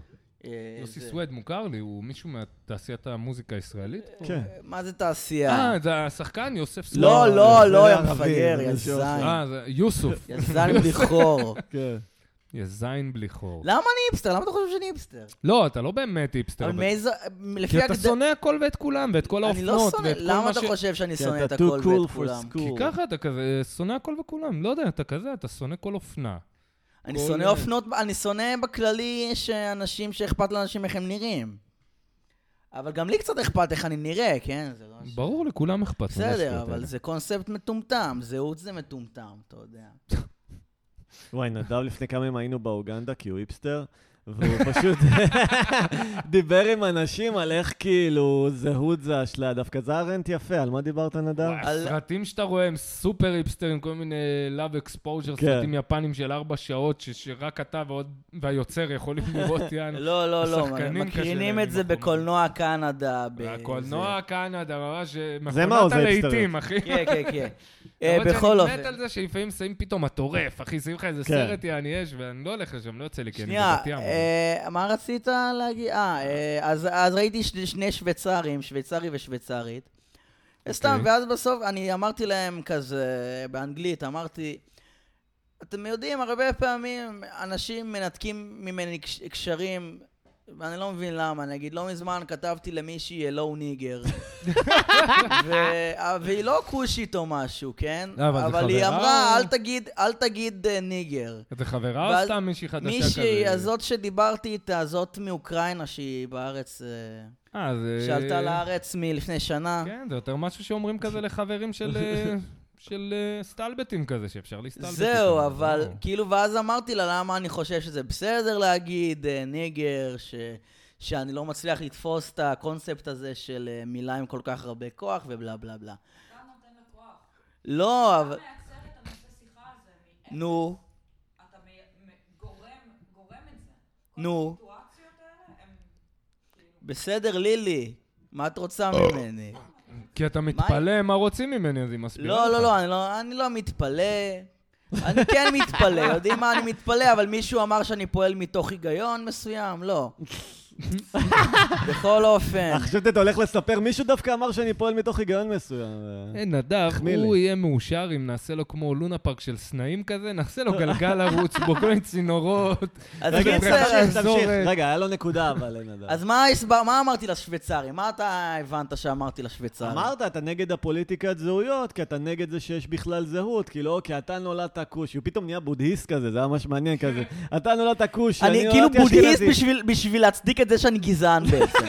יוסי סווד מוכר לי, הוא מישהו מתעשיית המוזיקה הישראלית? כן. מה זה תעשייה? אה, זה השחקן יוסף סווד. לא, לא, לא, יא מפגר, יא זין. אה, זה יוסוף. יא זין בלי חור. כן. יא זין בלי חור. למה אני היפסטר? למה אתה חושב שאני היפסטר? לא, אתה לא באמת היפסטר. אבל מאיזה... כי אתה שונא הכל ואת כולם, ואת כל האופנות. אני לא שונא, למה אתה חושב שאני שונא את הכל ואת כולם? כי ככה אתה כזה, שונא הכל וכולם. לא יודע, אתה כזה, אתה שונא כל אופנה. אני שונא אופנות, אני שונא בכללי שאנשים שאכפת לאנשים איך הם נראים. אבל גם לי קצת אכפת איך אני נראה, כן? ברור, לכולם אכפת. בסדר, אבל זה קונספט מטומטם, זהות זה מטומטם, אתה יודע. וואי, נדב לפני כמה ימים היינו באוגנדה, כי הוא היפסטר, והוא פשוט דיבר עם אנשים על איך כאילו זהות זה אשלה. דווקא זה הרנט יפה, על מה דיברת נדב? הסרטים שאתה רואה הם סופר היפסטרים, כל מיני love exposure, סרטים יפנים של ארבע שעות, שרק אתה והיוצר יכולים לראות יענו. לא, לא, לא, מקרינים את זה בקולנוע קנדה. בקולנוע קנדה, ממש זה מה זה היפסטרים, אחי. כן, כן, כן. בכל אופן. אני מת על זה שלפעמים שמים פתאום הטורף, אחי, שמים לך איזה סרט יעני יש, ואני לא הולך לשם, לא יוצא לי, כי אני בבת ים. מה רצית להגיד? אה, אז ראיתי שני שוויצרים, שוויצרי ושוויצרית. סתם, ואז בסוף אני אמרתי להם כזה, באנגלית, אמרתי, אתם יודעים, הרבה פעמים אנשים מנתקים ממני קשרים, ואני לא מבין למה, נגיד, לא מזמן כתבתי למישהי אלו ניגר, והיא לא קושית או משהו, כן? אבל היא אמרה, אל תגיד ניגר. זה חברה או סתם מישהי חדשה כזה? מישהי, הזאת שדיברתי איתה, זאת מאוקראינה, שהיא בארץ, שעלתה לארץ מלפני שנה. כן, זה יותר משהו שאומרים כזה לחברים של... של סטלבטים כזה, שאפשר להסטלבט. זהו, אבל כאילו, ואז אמרתי לה למה אני חושב שזה בסדר להגיד ניגר, שאני לא מצליח לתפוס את הקונספט הזה של מילה עם כל כך הרבה כוח ובלה בלה בלה. אתה נותן לכוח. לא, אבל... אתה מייצר את הנושא שיחה הזה. נו. אתה גורם את זה. נו. כל הסיטואציות האלה הם... בסדר, לילי. מה את רוצה ממני? כי אתה מתפלא מה רוצים ממני, אז היא מסבירה לא, לא, לא, אני לא, אני לא מתפלא. אני כן מתפלא, יודעים מה אני מתפלא, אבל מישהו אמר שאני פועל מתוך היגיון מסוים? לא. בכל אופן. חשבתי, אתה הולך לספר, מישהו דווקא אמר שאני פועל מתוך היגיון מסוים. אין, נדב, הוא יהיה מאושר אם נעשה לו כמו לונה פארק של סנאים כזה, נעשה לו גלגל ערוץ בו כל מיני צינורות. רגע, תמשיך, רגע, היה לו נקודה, אבל אין נדב. אז מה אמרתי לשוויצרי? מה אתה הבנת שאמרתי לשוויצרי? אמרת, אתה נגד הפוליטיקת זהויות, כי אתה נגד זה שיש בכלל זהות, כי לא, כי אתה נולדת כושי, הוא פתאום נהיה בודהיסט כזה, זה היה ממש מעניין כזה. אתה נולדת כושי, אני כאילו בודהיסט בשביל להצדיק את זה שאני גזען בעצם.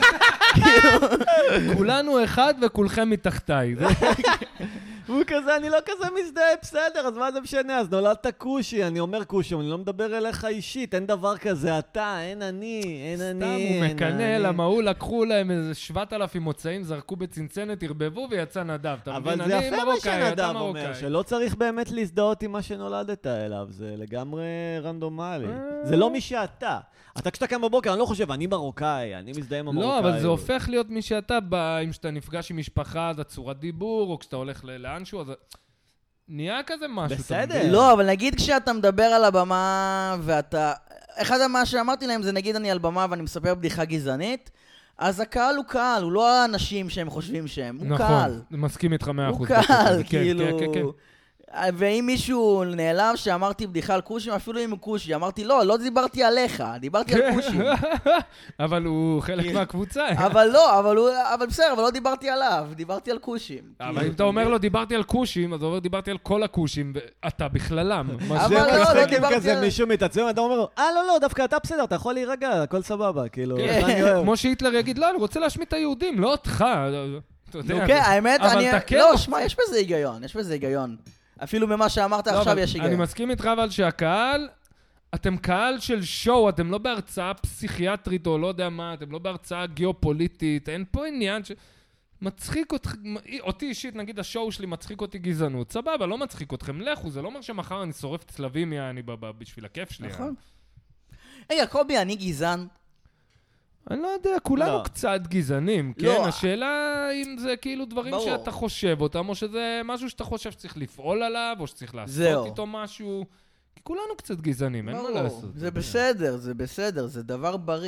כולנו אחד וכולכם מתחתיי. הוא כזה, אני לא כזה מזדהה, בסדר, אז מה זה משנה? אז נולדת כושי, אני אומר כושי, אני לא מדבר אליך אישית, אין דבר כזה, אתה, אין אני, אין אני. סתם, הוא מקנה, למה הוא לקחו להם איזה שבעת אלפים מוצאים, זרקו בצנצנת, הרבבו ויצא נדב. אבל זה יפה מה שנדב אומר, שלא צריך באמת להזדהות עם מה שנולדת אליו, זה לגמרי רנדומלי. זה לא מי שאתה. אתה כשאתה קם בבוקר, אני לא חושב, אני מרוקאי, אני מזדהה עם המרוקאי. לא, אבל זה הופך להיות מי שאתה בא, אם שאתה נפגש עם משפחה, אז הצורת דיבור, או כשאתה הולך לאנשהו, אז נהיה כזה משהו. בסדר. לא, אבל נגיד כשאתה מדבר על הבמה, ואתה... אחד מה שאמרתי להם זה, נגיד אני על במה ואני מספר בדיחה גזענית, אז הקהל הוא קהל, הוא לא האנשים שהם חושבים שהם, הוא קהל. נכון, מסכים איתך מאה אחוז. הוא קהל, כאילו... ואם מישהו נעלב שאמרתי בדיחה על קושי, אפילו אם הוא קושי, אמרתי לא, לא דיברתי עליך, דיברתי על קושי. אבל הוא חלק מהקבוצה. אבל לא, אבל בסדר, אבל לא דיברתי עליו, דיברתי על קושים. אבל אם אתה אומר לו דיברתי על קושים, אז הוא אומר דיברתי על כל הקושים, ואתה בכללם. אבל לא, לא דיברתי כזה מישהו מתעצבן, אתה אומר לו, אה לא לא, דווקא אתה בסדר, אתה יכול להירגע, הכל סבבה, כאילו. כמו שהיטלר יגיד, לא, אני רוצה להשמיד את היהודים, לא אותך. אוקיי, האמת, לא, שמע, יש בזה היגיון, יש בזה היגיון. אפילו ממה שאמרת עכשיו יש היגיון. אני מסכים איתך אבל שהקהל, אתם קהל של שואו, אתם לא בהרצאה פסיכיאטרית או לא יודע מה, אתם לא בהרצאה גיאופוליטית, אין פה עניין שמצחיק אותי אישית, נגיד השואו שלי מצחיק אותי גזענות, סבבה, לא מצחיק אתכם, לכו, זה לא אומר שמחר אני שורף צלבים יעני בשביל הכיף שלי. נכון. היי, קובי, אני גזען. אני לא יודע, כולנו קצת גזענים, כן? השאלה אם זה כאילו דברים שאתה חושב אותם, או שזה משהו שאתה חושב שצריך לפעול עליו, או שצריך לעשות איתו משהו. כי כולנו קצת גזענים, אין מה לעשות. זה בסדר, זה בסדר, זה דבר בריא.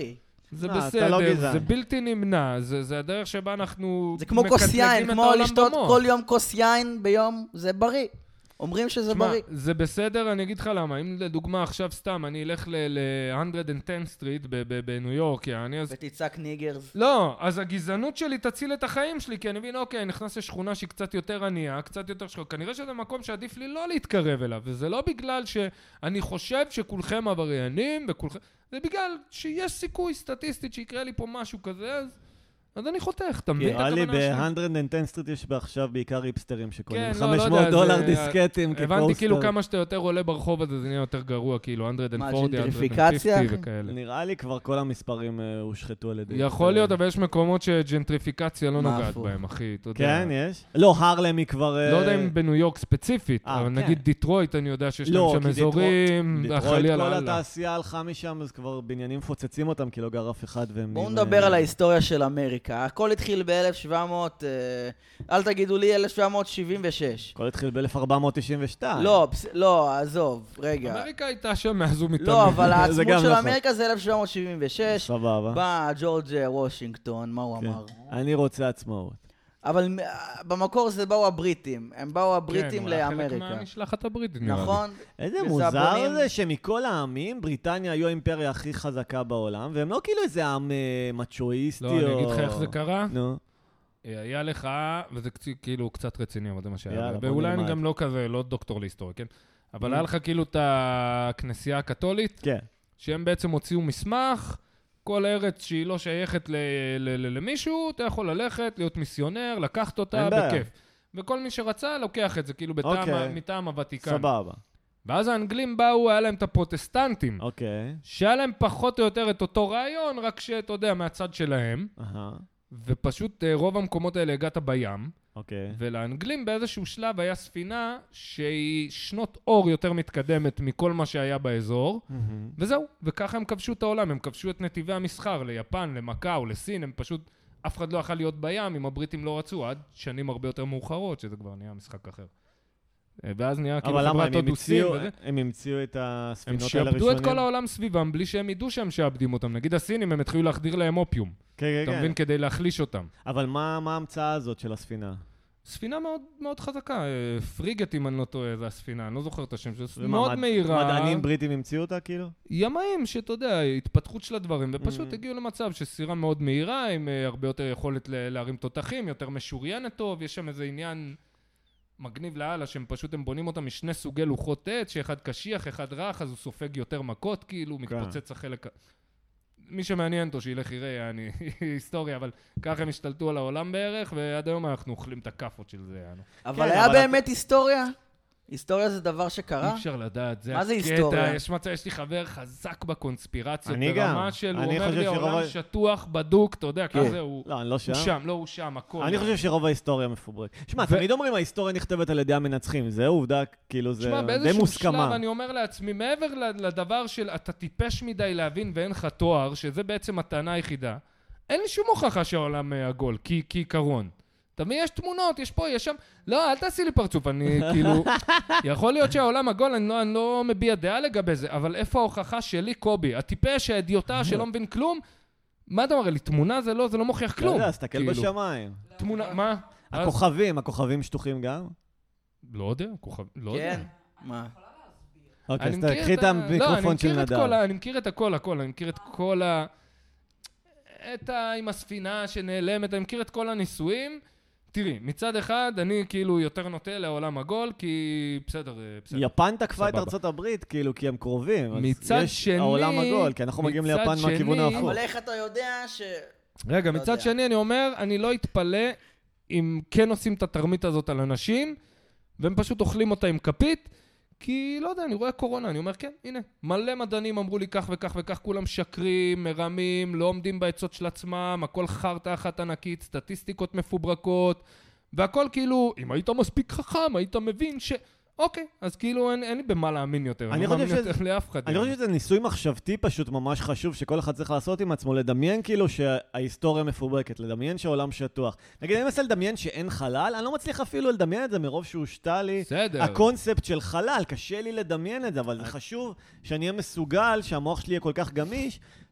זה בסדר, זה בלתי נמנע, זה הדרך שבה אנחנו... זה כמו כוס יין, כמו לשתות כל יום כוס יין ביום, זה בריא. אומרים שזה בריא. זה בסדר, אני אגיד לך למה. אם לדוגמה עכשיו סתם, אני אלך ל-מאה ועשר סטריט בניו יורק, יעני אז... ותצעק ניגרס. לא, אז הגזענות שלי תציל את החיים שלי, כי אני מבין, אוקיי, אני נכנס לשכונה שהיא קצת יותר ענייה, קצת יותר שחור. כנראה שזה מקום שעדיף לי לא להתקרב אליו, וזה לא בגלל שאני חושב שכולכם עבריינים, וכולכם... זה בגלל שיש סיכוי סטטיסטית שיקרה לי פה משהו כזה, אז... אז אני חותך, אתה מבין את הכוונה שלי? נראה לי ב-מאה ועשר סטריט יש בעכשיו בעיקר היפסטרים שקונים חמש מאות דולר דיסקטים כפוסטר. הבנתי כאילו כמה שאתה יותר עולה ברחוב הזה, זה נהיה יותר גרוע, כאילו מאה וארבעים, מה, מאה ג'נטריפיקציה? וכאלה. נראה לי כבר כל המספרים הושחתו על ידי. יכול להיות, אבל יש מקומות שג'נטריפיקציה לא נוגעת בהם, אחי, אתה יודע. כן, יש? לא, הרלם היא כבר... לא יודע אם בניו יורק ספציפית, אבל נגיד דיטרויט, אני יודע שיש להם שם אזורים, דיטרויט, כל התעשייה הלכה משם, אז כבר בניינים פוצצים אותם, כי לא גר אף אחד והם... בואו נדבר על ההיסטוריה של אמריקה. הכל התחיל ב-אלף שבע מאות, אל תגידו לי, אלף שבע מאות שבעים ושש. הכל התחיל ב-אלף ארבע מאות תשעים ושתיים. לא, לא, עזוב, רגע. אמריקה הייתה שם מאז ומתמיד. לא, אבל העצמות של אמריקה זה אלף שבע מאות שבעים ושש. סבבה. בא ג'ורג' וושינגטון, מה הוא אמר? אני רוצה עצמאות. אבל במקור זה באו הבריטים, הם באו הבריטים לאמריקה. כן, חלק מהמשלחת הבריטית. נכון. איזה מוזר זה שמכל העמים, בריטניה היו האימפריה הכי חזקה בעולם, והם לא כאילו איזה עם מצ'ואיסטי או... לא, אני אגיד לך איך זה קרה. נו. היה לך, וזה כאילו קצת רציני, אבל זה מה שהיה. ואולי אני גם לא כזה, לא דוקטור להיסטוריה, כן? אבל היה לך כאילו את הכנסייה הקתולית, שהם בעצם הוציאו מסמך, כל ארץ שהיא לא שייכת למישהו, אתה יכול ללכת, להיות מיסיונר, לקחת אותה בכיף. וכל מי שרצה לוקח את זה, כאילו מטעם הוותיקן. סבבה. ואז האנגלים באו, היה להם את הפרוטסטנטים. אוקיי. שהיה להם פחות או יותר את אותו רעיון, רק שאתה יודע, מהצד שלהם. אהה. ופשוט רוב המקומות האלה הגעת בים. אוקיי. ולאנגלים באיזשהו שלב היה ספינה שהיא שנות אור יותר מתקדמת מכל מה שהיה באזור, וזהו, וככה הם כבשו את העולם, הם כבשו את נתיבי המסחר ליפן, למקאו, לסין, הם פשוט, אף אחד לא יכול להיות בים אם הבריטים לא רצו, עד שנים הרבה יותר מאוחרות, שזה כבר נהיה משחק אחר. ואז נהיה כאילו חברת הודוסים. אבל למה, הם המציאו את הספינות האלה הם ראשונים? שעבדו את כל העולם סביבם בלי שהם ידעו שהם שעבדים אותם. נגיד הסינים, הם התחילו להחדיר להם אופיום. כן, כן, כן. אתה מבין? כדי להחליש אותם. אבל מה ההמצאה הזאת של הספינה? ספינה מאוד, מאוד חזקה. פריגט, אם אני לא טועה, זה הספינה. אני לא זוכר את השם שלה. מאוד מהירה. מדענים בריטים המציאו אותה, כאילו? ימאים, שאתה יודע, התפתחות של הדברים, ופשוט הגיעו למצב שסירה מאוד מהירה, עם הרבה יותר יכולת להרים תותחים, יותר משוריינת טוב, יש שם איזה עניין מגניב להלאה, שהם פשוט, הם בונים אותם משני סוגי לוחות עץ, שאחד קשיח, אחד רך, אז הוא סופג יותר מכות, כאילו, מתפוצץ החלק... מי שמעניין אותו, שילך יראה, אני היסטוריה, אבל ככה הם השתלטו על העולם בערך, ועד היום אנחנו אוכלים את הכפות של זה. אבל היה באמת היסטוריה? היסטוריה זה דבר שקרה? אי אפשר לדעת, זה מה זה היסטוריה? יש מצב, יש לי חבר חזק בקונספירציות, אני גם. ברמה של, הוא אומר לי, העולם שטוח, בדוק, אתה יודע, כזה הוא... לא, אני לא שם. הוא שם, לא, הוא שם, הכל. אני חושב שרוב ההיסטוריה מפוברק. שמע, תמיד אומרים, ההיסטוריה נכתבת על ידי המנצחים, זה עובדה, כאילו, זה די מוסכמה. שמע, באיזשהו שלב אני אומר לעצמי, מעבר לדבר של אתה טיפש מדי להבין ואין לך תואר, שזה בעצם הטענה היחידה, אין לי שום הוכחה שהעולם עגול, כי עיקרון. תמיד יש תמונות, יש פה, יש שם, לא, אל תעשי לי פרצוף, אני כאילו, יכול להיות שהעולם עגול, אני לא, אני לא מביע דעה לגבי זה, אבל איפה ההוכחה שלי, קובי? הטיפש, האדיוטה שלא מבין כלום? מה אתה אומר לי, תמונה זה לא, זה לא מוכיח כלום. לא יודע, סתכל בשמיים. תמונה, מה? הכוכבים, הכוכבים שטוחים גם? לא יודע, כוכבים, לא יודע. כן, מה? אוקיי, אז תקחי את המיקרופון של נדב. אני מכיר את הכל, הכל, אני מכיר את כל ה... את ה... עם הספינה שנעלמת, אני מכיר את כל הניסויים. תראי, מצד אחד, אני כאילו יותר נוטה לעולם עגול, כי בסדר, בסדר. יפן תקפה את ארצות הברית, כאילו, כי הם קרובים. מצד שני... יש העולם עגול, כי אנחנו מגיעים ליפן מהכיוון ההפוך. אבל איך אתה יודע ש... רגע, מצד שני אני אומר, אני לא אתפלא אם כן עושים את התרמית הזאת על אנשים, והם פשוט אוכלים אותה עם כפית, כי לא יודע, אני רואה קורונה, אני אומר, כן, הנה, מלא מדענים אמרו לי כך וכך וכך, כולם שקרים, מרמים, לא עומדים בעצות של עצמם, הכל חרטה אחת ענקית, סטטיסטיקות מפוברקות, והכל כאילו, אם היית מספיק חכם, היית מבין ש... אוקיי, אז כאילו אין, אין לי במה להאמין יותר, אני לא מאמין יותר לאף אחד. אני חושב שזה ניסוי מחשבתי פשוט ממש חשוב, שכל אחד צריך לעשות עם עצמו, לדמיין כאילו שההיסטוריה מפוברקת, לדמיין שהעולם שטוח. נגיד, אני מנסה לדמיין שאין חלל, אני לא מצליח אפילו לדמיין את זה מרוב שהוא שתה לי. בסדר. הקונספט של חלל, קשה לי לדמיין את זה, אבל זה חשוב שאני אהיה מסוגל, שהמוח שלי יהיה כל כך גמיש,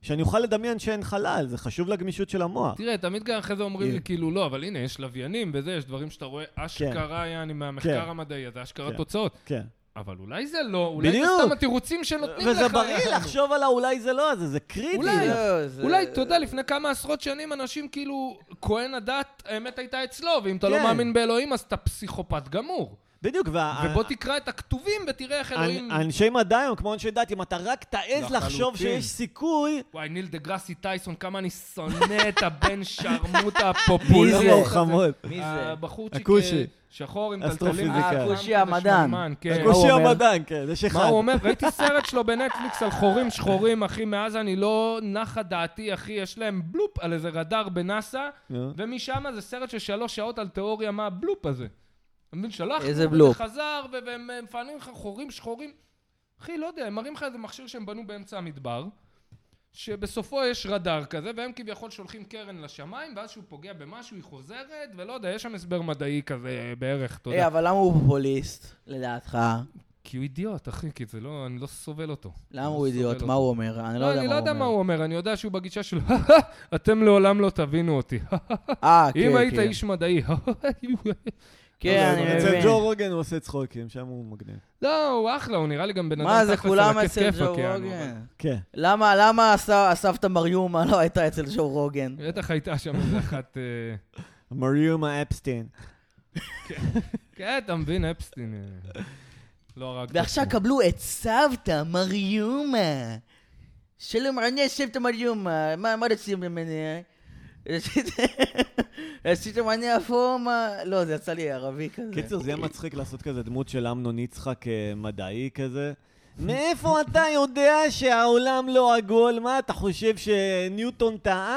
שאני אוכל לדמיין שאין חלל, זה חשוב לגמישות של המוח. תראה, תמיד גם אחרי זה אומרים לי, כאילו, לא, אבל הנה, יש לוויינים וזה, יש דברים שאתה רואה, אשכרה, יעני, מהמחקר המדעי הזה, אשכרה תוצאות. כן. אבל אולי זה לא, אולי זה סתם התירוצים שנותנים לך. וזה בריא לחשוב על האולי זה לא, זה קריטי. אולי, אתה יודע, לפני כמה עשרות שנים אנשים כאילו, כהן הדת, האמת הייתה אצלו, ואם אתה לא מאמין באלוהים, אז אתה פסיכופת גמור. בדיוק. ובוא תקרא את הכתובים ותראה איך אלוהים... אנשי מדע היום, כמו אנשי דת, אם אתה רק תעז לחשוב שיש סיכוי... וואי, ניל דה גראסי טייסון, כמה אני שונא את הבן שרמוט הפופולרי. מי זה? חמוד. מי זה? הבחורצ'יק שחור עם טלטלים. הכושי המדען. הכושי המדען, כן, יש אחד. מה הוא אומר? ראיתי סרט שלו בנטפליקס על חורים שחורים, אחי, מאז אני לא נחה דעתי, אחי, יש להם בלופ על איזה רדאר בנאסא, ומשם זה סרט של שלוש שעות על תיאוריה מה הבלופ הזה. אני מבין, שלחנו, וזה חזר, והם מפענים לך חורים שחורים. אחי, לא יודע, הם מראים לך איזה מכשיר שהם בנו באמצע המדבר, שבסופו יש רדאר כזה, והם כביכול שולחים קרן לשמיים, ואז שהוא פוגע במשהו, היא חוזרת, ולא יודע, יש שם הסבר מדעי כזה בערך, אתה יודע. היי, אבל למה הוא פופוליסט, לדעתך? כי הוא אידיוט, אחי, כי זה לא, אני לא סובל אותו. למה הוא אידיוט? מה הוא אומר? אני לא יודע מה הוא אומר. אני לא יודע מה הוא אומר, אני יודע שהוא בגישה של, אתם לעולם לא תבינו אותי. אם היית איש מדעי, כן, אני מבין. אצל ג'ו רוגן הוא עושה צחוקים, שם הוא מגניב. לא, הוא אחלה, הוא נראה לי גם בן אדם מה זה, כולם אצל ג'ו רוגן? כן. למה הסבתא מריומה לא הייתה אצל ג'ו רוגן? בטח הייתה שם איזה אחת... מריומה אפסטין. כן, אתה מבין, אפסטין. לא הרג... ועכשיו קבלו את סבתא מריומה. שלום, אני סבתא מריומה. מה רציתם ממני? עשיתם אני אפומה, לא, זה יצא לי ערבי כזה. קיצור, זה יהיה מצחיק לעשות כזה דמות של אמנון יצחק מדעי כזה. מאיפה אתה יודע שהעולם לא עגול? מה, אתה חושב שניוטון טעה?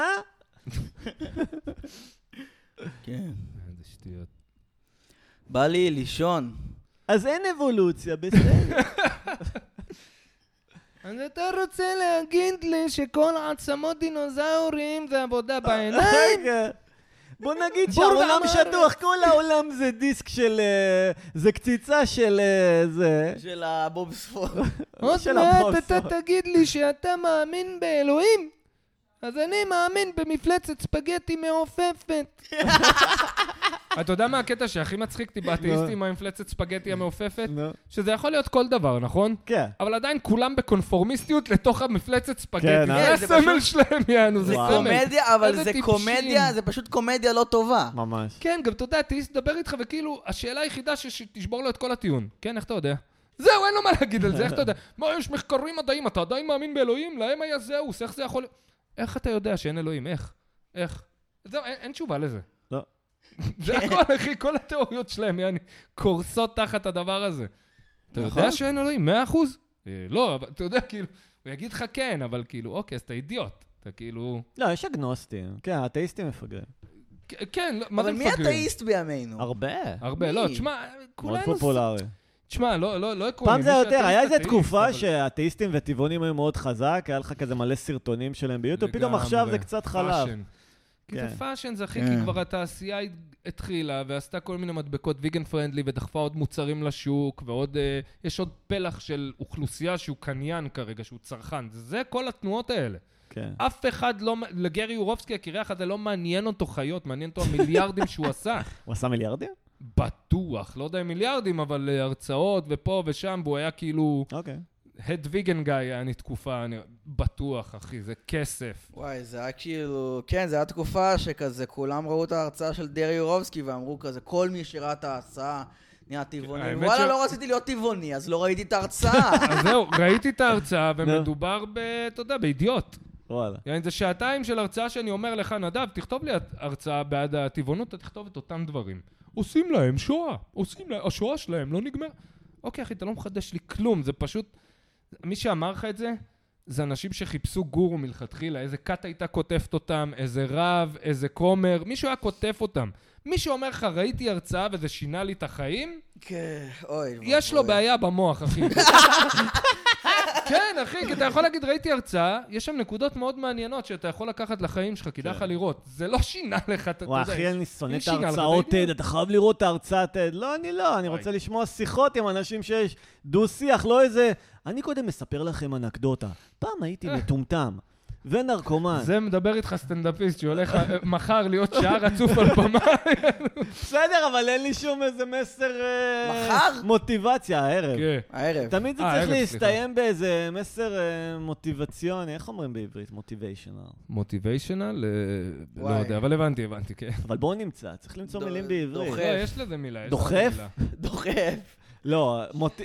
כן. זה שטויות. בא לי לישון. אז אין אבולוציה, בסדר. אז אתה רוצה להגיד לי שכל עצמות דינוזאורים זה עבודה בעיניים? בוא נגיד שהעולם שטוח, כל העולם זה דיסק של... זה קציצה של... זה... של הבובספור. עוד מעט אתה תגיד לי שאתה מאמין באלוהים? אז אני מאמין במפלצת ספגטי מעופפת. אתה יודע מה הקטע שהכי מצחיק אותי באתאיסטים עם המפלצת ספגטי המעופפת? שזה יכול להיות כל דבר, נכון? כן. אבל עדיין כולם בקונפורמיסטיות לתוך המפלצת ספגטי. זה הסמל שלהם, יענו, זה סמל. זה קומדיה, אבל זה קומדיה, זה פשוט קומדיה לא טובה. ממש. כן, גם אתה יודע, אתאיסט דבר איתך, וכאילו, השאלה היחידה שתשבור לו את כל הטיעון. כן, איך אתה יודע? זהו, אין לו מה להגיד על זה, איך אתה יודע? מה, יש מחקרים מדעיים, אתה עדיין מאמין באלוהים? להם היה זהוס, איך זה יכול... איך אתה יודע שאין אלוהים? איך? איך? זהו, אין, אין תשובה לזה. לא. זה הכל, אחי, כל התיאוריות שלהם, יעני, קורסות תחת הדבר הזה. אתה יודע שאין אלוהים? מאה אחוז? לא, אבל אתה יודע, כאילו, הוא יגיד לך כן, אבל כאילו, אוקיי, אז אתה אידיוט. אתה כאילו... לא, יש אגנוסטים. כן, האתאיסטים מפגרים. כן, מה זה מפגרים? אבל מי אתאיסט בימינו? הרבה. הרבה, לא, תשמע, כולנו... מאוד פופולרי. תשמע, לא, לא, לא עקרוני. פעם זה יותר, היה איזו תקופה שהאתאיסטים וטבעונים היו מאוד חזק, היה לך כזה מלא סרטונים שלהם ביוטיוב, פתאום עכשיו זה קצת חלב. כי זה פאשן, זה הכי, כי כבר התעשייה התחילה, ועשתה כל מיני מדבקות ויגן פרנדלי, ודחפה עוד מוצרים לשוק, ועוד, יש עוד פלח של אוכלוסייה שהוא קניין כרגע, שהוא צרכן. זה כל התנועות האלה. אף אחד לא, לגרי יורובסקי, הקירח הזה לא מעניין אותו חיות, מעניין אותו המיליארדים שהוא עשה. הוא עשה מיליארדים? בטוח, לא יודע אם מיליארדים, אבל הרצאות ופה ושם, והוא היה כאילו... אוקיי. הד ויגן גאי, היה אני תקופה, אני בטוח, אחי, זה כסף. וואי, זה היה כאילו... כן, זה היה תקופה שכזה, כולם ראו את ההרצאה של דרי יורובסקי, ואמרו כזה, כל מי שראה את ההרצאה נהיה טבעוני. וואלה, לא רציתי להיות טבעוני, אז לא ראיתי את ההרצאה. אז זהו, ראיתי את ההרצאה, ומדובר ב... אתה יודע, באידיוט. וואלה. יעני, זה שעתיים של הרצאה שאני אומר לך, נדב, תכתוב לי הרצאה בעד הטבעונות, אתה תכתוב את אותם דברים. עושים להם שואה, עושים להם, השואה שלהם לא נגמר. אוקיי, אחי, אתה לא מחדש לי כלום, זה פשוט... מי שאמר לך את זה, זה אנשים שחיפשו גורו מלכתחילה, איזה קאט הייתה כותבת אותם, איזה רב, איזה כומר, מישהו היה כותב אותם. מי שאומר לך, ראיתי הרצאה וזה שינה לי את החיים, כן, אוי. יש לו בעיה במוח, אחי. כן, אחי, כי אתה יכול להגיד, ראיתי הרצאה, יש שם נקודות מאוד מעניינות שאתה יכול לקחת לחיים שלך, כדאי לך לראות. זה לא שינה לך, אתה יודע. וואי, אחי, אני שונא את ההרצאות, אתה חייב לראות את ההרצאת, לא, אני לא, אני רוצה לשמוע שיחות עם אנשים שיש דו שיח, לא איזה... אני קודם מספר לכם אנקדוטה. פעם הייתי מטומטם. ונרקומן. זה מדבר איתך סטנדאפיסט שהולך מחר להיות שעה רצוף על במה. בסדר, אבל אין לי שום איזה מסר... מחר? מוטיבציה, הערב. הערב. תמיד זה צריך להסתיים באיזה מסר מוטיבציוני. איך אומרים בעברית? מוטיביישנל. מוטיביישנל? לא יודע, אבל הבנתי, הבנתי, כן. אבל בואו נמצא, צריך למצוא מילים בעברית. לא, יש לזה מילה. דוחף? דוחף. לא, מוטיב...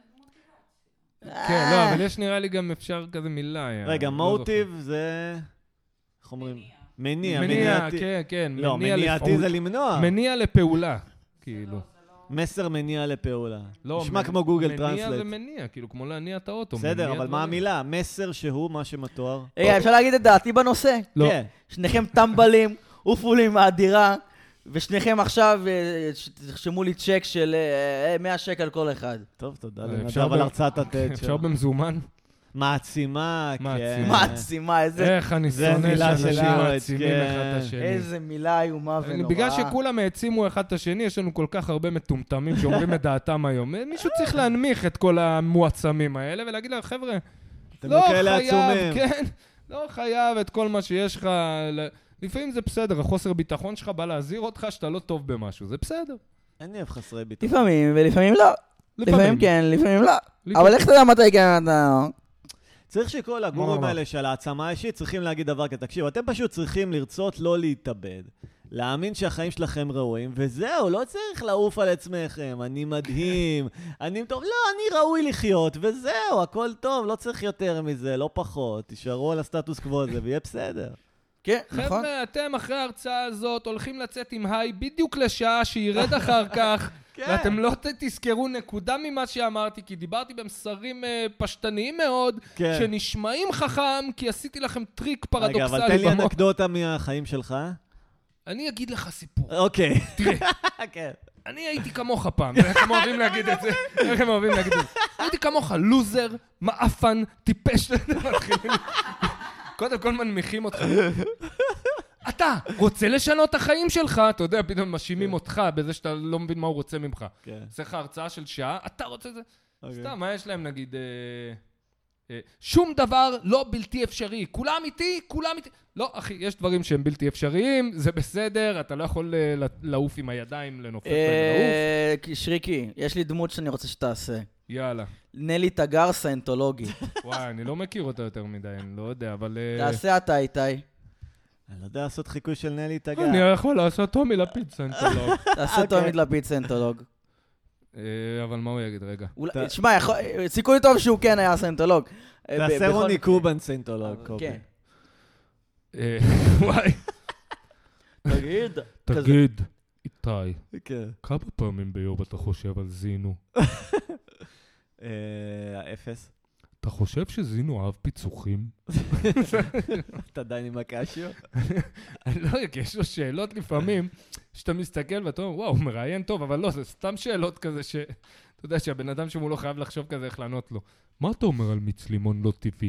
כן, לא, אבל יש נראה לי גם אפשר כזה מילה. רגע, מוטיב זה... איך אומרים? מניע. מניע, כן, כן. לא, מניעתי זה למנוע. מניע לפעולה, כאילו. מסר מניע לפעולה. לא, נשמע כמו גוגל טרנסלייט. מניע זה מניע, כאילו כמו להניע את האוטו. בסדר, אבל מה המילה? מסר שהוא מה שמתואר. רגע, אפשר להגיד את דעתי בנושא? לא. שניכם טמבלים, עופו לי מהדירה, ושניכם עכשיו תרשמו לי צ'ק של מאה שקל כל אחד. טוב, תודה לנדב על הרצאת הטד. אפשר במזומן? מעצימה, כן. מעצימה, איזה... איך אני שונא שאנשים מעצימים אחד את השני. איזה מילה איומה ונוראה. בגלל שכולם העצימו אחד את השני, יש לנו כל כך הרבה מטומטמים שאומרים את דעתם היום. מישהו צריך להנמיך את כל המועצמים האלה ולהגיד להם, חבר'ה, לא חייב, כן, לא חייב את כל מה שיש לך. לפעמים זה בסדר, החוסר ביטחון שלך בא להזהיר אותך שאתה לא טוב במשהו, זה בסדר. אני אוהב חסרי ביטחון. לפעמים ולפעמים לא. לפעמים כן, לפעמים לא. אבל איך אתה יודע מתי כן אתה... צריך שכל הגורים האלה של העצמה האישית צריכים להגיד דבר כזה, תקשיב, אתם פשוט צריכים לרצות לא להתאבד, להאמין שהחיים שלכם ראויים, וזהו, לא צריך לעוף על עצמכם, אני מדהים, אני טוב, לא, אני ראוי לחיות, וזהו, הכל טוב, לא צריך יותר מזה, לא פחות, תישארו על הסטטוס קוו הזה, ויהיה בסדר. כן, נכון. חבר'ה, אתם אחרי ההרצאה הזאת הולכים לצאת עם היי בדיוק לשעה שירד אחר כך, ואתם לא תזכרו נקודה ממה שאמרתי, כי דיברתי במסרים פשטניים מאוד, שנשמעים חכם, כי עשיתי לכם טריק פרדוקסלי. רגע, אבל תן לי אנקדוטה מהחיים שלך. אני אגיד לך סיפור. אוקיי. תראה, אני הייתי כמוך פעם, איך הם אוהבים להגיד את זה? איך הם אוהבים להגיד את זה? הייתי כמוך לוזר, מאפן, טיפש. קודם כל מנמיכים אותך. אתה רוצה לשנות את החיים שלך, אתה יודע, פתאום משימים אותך בזה שאתה לא מבין מה הוא רוצה ממך. עושה לך הרצאה של שעה, אתה רוצה זה? סתם, מה יש להם נגיד? שום דבר לא בלתי אפשרי. כולם איתי, כולם איתי. לא, אחי, יש דברים שהם בלתי אפשריים, זה בסדר, אתה לא יכול לעוף עם הידיים לנופף ולעוף. שריקי, יש לי דמות שאני רוצה שתעשה. יאללה. נלי תגר סיינטולוגי. וואי, אני לא מכיר אותה יותר מדי, אני לא יודע, אבל... תעשה אתה איתי. אני לא יודע לעשות חיקוי של נלי תגר. אני יכול לעשות טומי לפיד סיינטולוג. תעשה טומי לפיד סיינטולוג. אבל מה הוא יגיד, רגע? תשמע, סיכוי טוב שהוא כן היה סיינטולוג. תעשה רוני קובן סיינטולוג, קובי. וואי. תגיד. תגיד, איתי, כמה פעמים ביום אתה חושב על זינו? אפס. אתה חושב שזינו אהב פיצוחים? אתה עדיין עם הקשיו? אני לא יודע, כי יש לו שאלות לפעמים, שאתה מסתכל ואתה אומר, וואו, הוא מראיין טוב, אבל לא, זה סתם שאלות כזה ש... אתה יודע שהבן אדם שהוא לא חייב לחשוב כזה איך לענות לו. מה אתה אומר על מיץ לימון לא טבעי?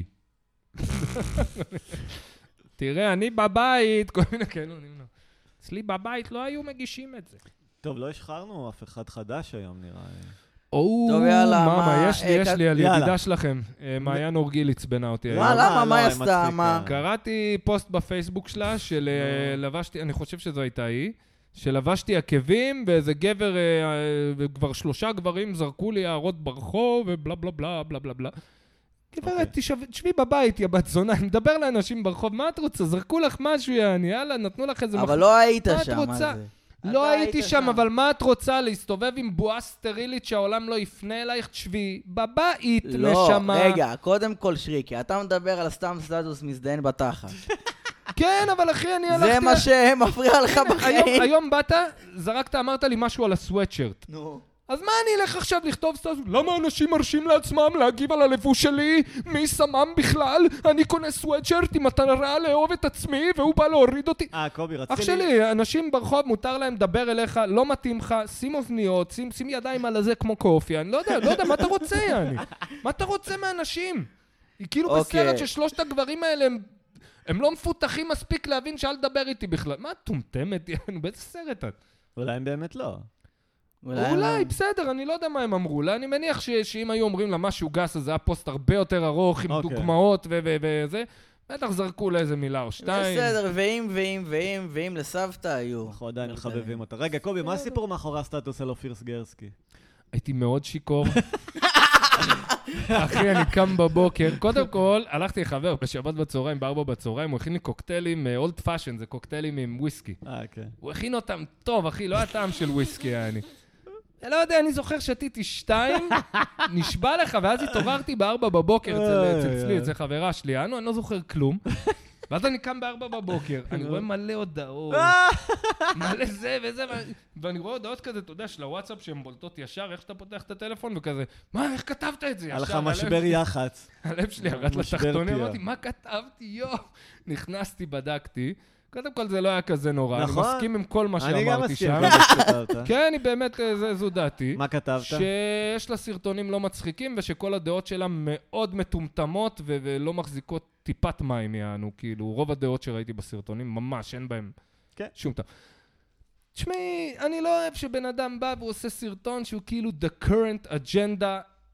תראה, אני בבית, כל מיני כאלו, אצלי בבית לא היו מגישים את זה. טוב, לא השחרנו אף אחד חדש היום, נראה לי. או, מאמה, יש לי, יש לי, על ידידה שלכם. מעיין אורגיל הצבנה אותי. מה, למה, מה עשתה, מה? קראתי פוסט בפייסבוק שלה, של לבשתי, אני חושב שזו הייתה היא, שלבשתי עקבים, ואיזה גבר, וכבר שלושה גברים זרקו לי הערות ברחוב, ובלה בלה בלה בלה בלה בלה. גברת, תשבי בבית, יא בת זונה, אני מדבר לאנשים ברחוב, מה את רוצה? זרקו לך משהו, יעני, יאללה, נתנו לך איזה... אבל לא היית שם, מה זה? לא הייתי שם, אבל מה את רוצה? להסתובב עם בועה סטרילית שהעולם לא יפנה אלייך? תשבי בבית, נשמה. לא, רגע, קודם כל שריקי, אתה מדבר על סתם סטטוס מזדיין בתחת. כן, אבל אחי, אני הלכתי... זה מה שמפריע לך בחיים. היום באת, זרקת, אמרת לי משהו על הסוואטשרט. נו. אז מה אני אלך עכשיו לכתוב סטטוס? למה אנשים מרשים לעצמם להגיב על הלבוש שלי? מי שמם בכלל? אני קונה סוואטשרט עם מטרה לאהוב את עצמי, והוא בא להוריד אותי. אה, קובי, רציתי... אח שלי, אנשים ברחוב מותר להם לדבר אליך, לא מתאים לך, שים אוזניות, שים, שים ידיים על הזה כמו קופי, אני לא יודע, לא יודע, מה אתה רוצה, יעני? מה אתה רוצה מאנשים? היא כאילו בסרט ששלושת הגברים האלה הם... הם לא מפותחים מספיק להבין שאל לדבר איתי בכלל. מה, טומטמת? באיזה סרט את? אולי הם באמת לא. אולי, אולי בסדר, אני לא יודע מה הם אמרו. אולי אני מניח ש- שאם היו אומרים לה משהו גס, אז זה היה פוסט הרבה יותר ארוך, עם okay. דוגמאות ו- ו- וזה. בטח זרקו לאיזה מילה או שתיים. בסדר, ואם, ואם, ואם, ואם לסבתא היו. אנחנו עדיין מחבבים אותה. רגע, קובי, מה הסיפור מאחורי הסטטוס על אופיר סגרסקי? הייתי מאוד שיקור. אחי, אני קם בבוקר. קודם כל, הלכתי לחבר בשבת בצהריים, בארבע בצהריים, הוא הכין לי קוקטיילים, אולד פאשן, זה קוקטיילים עם וויסקי. אה, כן. הוא הכין אותם טוב, אחי, לא הטעם של וויסקי, אני. לא יודע, אני זוכר שתיתי שתיים, נשבע לך, ואז התעוררתי בארבע בבוקר אצל צלי, אצל חברה שלי, אני לא זוכר כלום. ואז אני קם בארבע בבוקר, אני רואה מלא הודעות, מלא זה וזה, ואני רואה הודעות כזה, אתה יודע, של הוואטסאפ שהן בולטות ישר, איך שאתה פותח את הטלפון וכזה, מה, איך כתבת את זה? היה לך משבר יח"צ. הלב שלי ירד לתחתונים, אמרתי, מה כתבתי? יו! נכנסתי, בדקתי. קודם כל זה לא היה כזה נורא, אני מסכים עם כל מה שאמרתי שם. אני גם מסכים. כן, אני באמת, זו דעתי. מה כתבת? שיש לה סרטונים לא מצחיקים, ושכל הדעות שלה מאוד מטומטמות, ולא מחזיקות טיפת מים יענו, כאילו, רוב הדעות שראיתי בסרטונים, ממש, אין בהם שום טעם. תשמעי, אני לא אוהב שבן אדם בא ועושה סרטון שהוא כאילו the current agenda,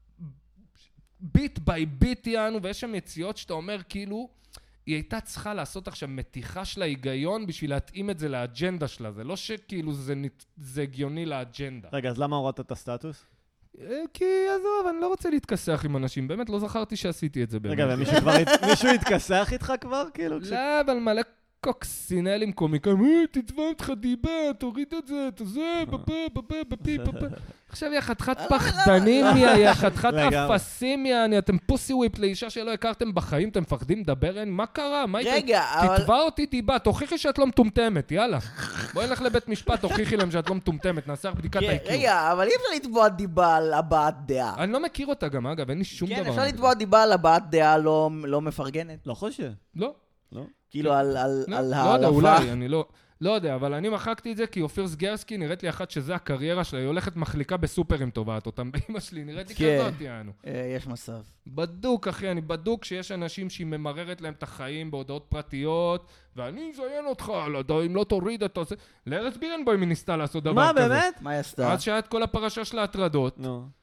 ביט ביי ביט יענו, ויש שם יציאות שאתה אומר כאילו, היא הייתה צריכה לעשות עכשיו מתיחה של ההיגיון בשביל להתאים את זה לאג'נדה שלה. זה לא שכאילו זה, זה הגיוני לאג'נדה. רגע, אז למה הורדת את הסטטוס? כי עזוב, אני לא רוצה להתכסח עם אנשים. באמת לא זכרתי שעשיתי את זה באמת. רגע, ומישהו כבר, מישהו התכסח איתך כבר? כאילו? לא, אבל מלא קוקסינלים קומיקאים. אה, תתבע אותך דיבה, תוריד את זה, אתה זה, בפה, בפה, בפי, בפה. עכשיו, יא חתיכת פחדנים, יא חתיכת אפסים, יא, אתם פוסי וויפ לאישה שלא הכרתם בחיים, אתם מפחדים לדבר, מה קרה? רגע, אבל... תתבע אותי דיבה, תוכיחי שאת לא מטומטמת, יאללה. בואי נלך לבית משפט, תוכיחי להם שאת לא מטומטמת, נעשה לך בדיקת איי קיו. רגע, אבל אי אפשר לתבוע דיבה על הבעת דעה. אני לא מכיר אותה גם, אגב, אין לי שום דבר. כן, אפשר לתבוע דיבה על הבעת דעה לא מפרגנת. לא חושב. לא. לא. כאילו על העלפה. לא יודע, אולי, אני לא... לא יודע, אבל אני מחקתי את זה כי אופיר סגרסקי נראית לי אחת שזה הקריירה שלה, היא הולכת מחליקה בסופרים טובעת אותם באמא שלי, נראית לי כזאת, יענו. יש מצב. בדוק, אחי, אני בדוק שיש אנשים שהיא ממררת להם את החיים בהודעות פרטיות, ואני אזיין אותך, אם לא תוריד את זה. לארז בירנבוים היא ניסתה לעשות דבר כזה. מה, באמת? מה היא עשתה? אז שהיה את כל הפרשה של ההטרדות,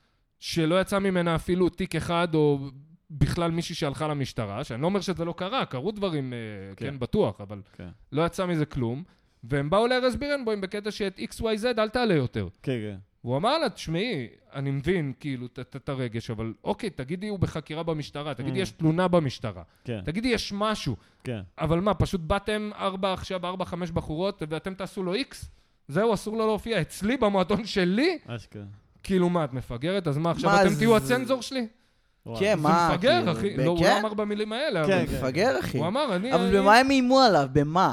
שלא יצא ממנה אפילו תיק אחד או... בכלל מישהי שהלכה למשטרה, שאני לא אומר שזה לא קרה, קרו דברים, כן, כן בטוח, אבל כן. לא יצא מזה כלום, והם באו לארז בירנבוים בקטע שאת אקס וואי זד אל תעלה יותר. כן, כן. הוא אמר לה, תשמעי, אני מבין, כאילו, את הרגש, אבל אוקיי, תגידי, הוא בחקירה במשטרה, תגידי, יש תלונה במשטרה, כן. תגידי, יש משהו, כן. אבל מה, פשוט באתם ארבע עכשיו, ארבע, חמש בחורות, ואתם תעשו לו איקס? זהו, אסור לו להופיע אצלי, במועדון שלי? אשכרה. כאילו, מה, את מפגרת? אז מה, עכשיו אתם תהיו הצנזור שלי? כן, מה? זה מפגר, אחי. לא, הוא לא אמר במילים האלה. כן, מפגר, אחי. הוא אמר, אני... אבל במה הם איימו עליו? במה?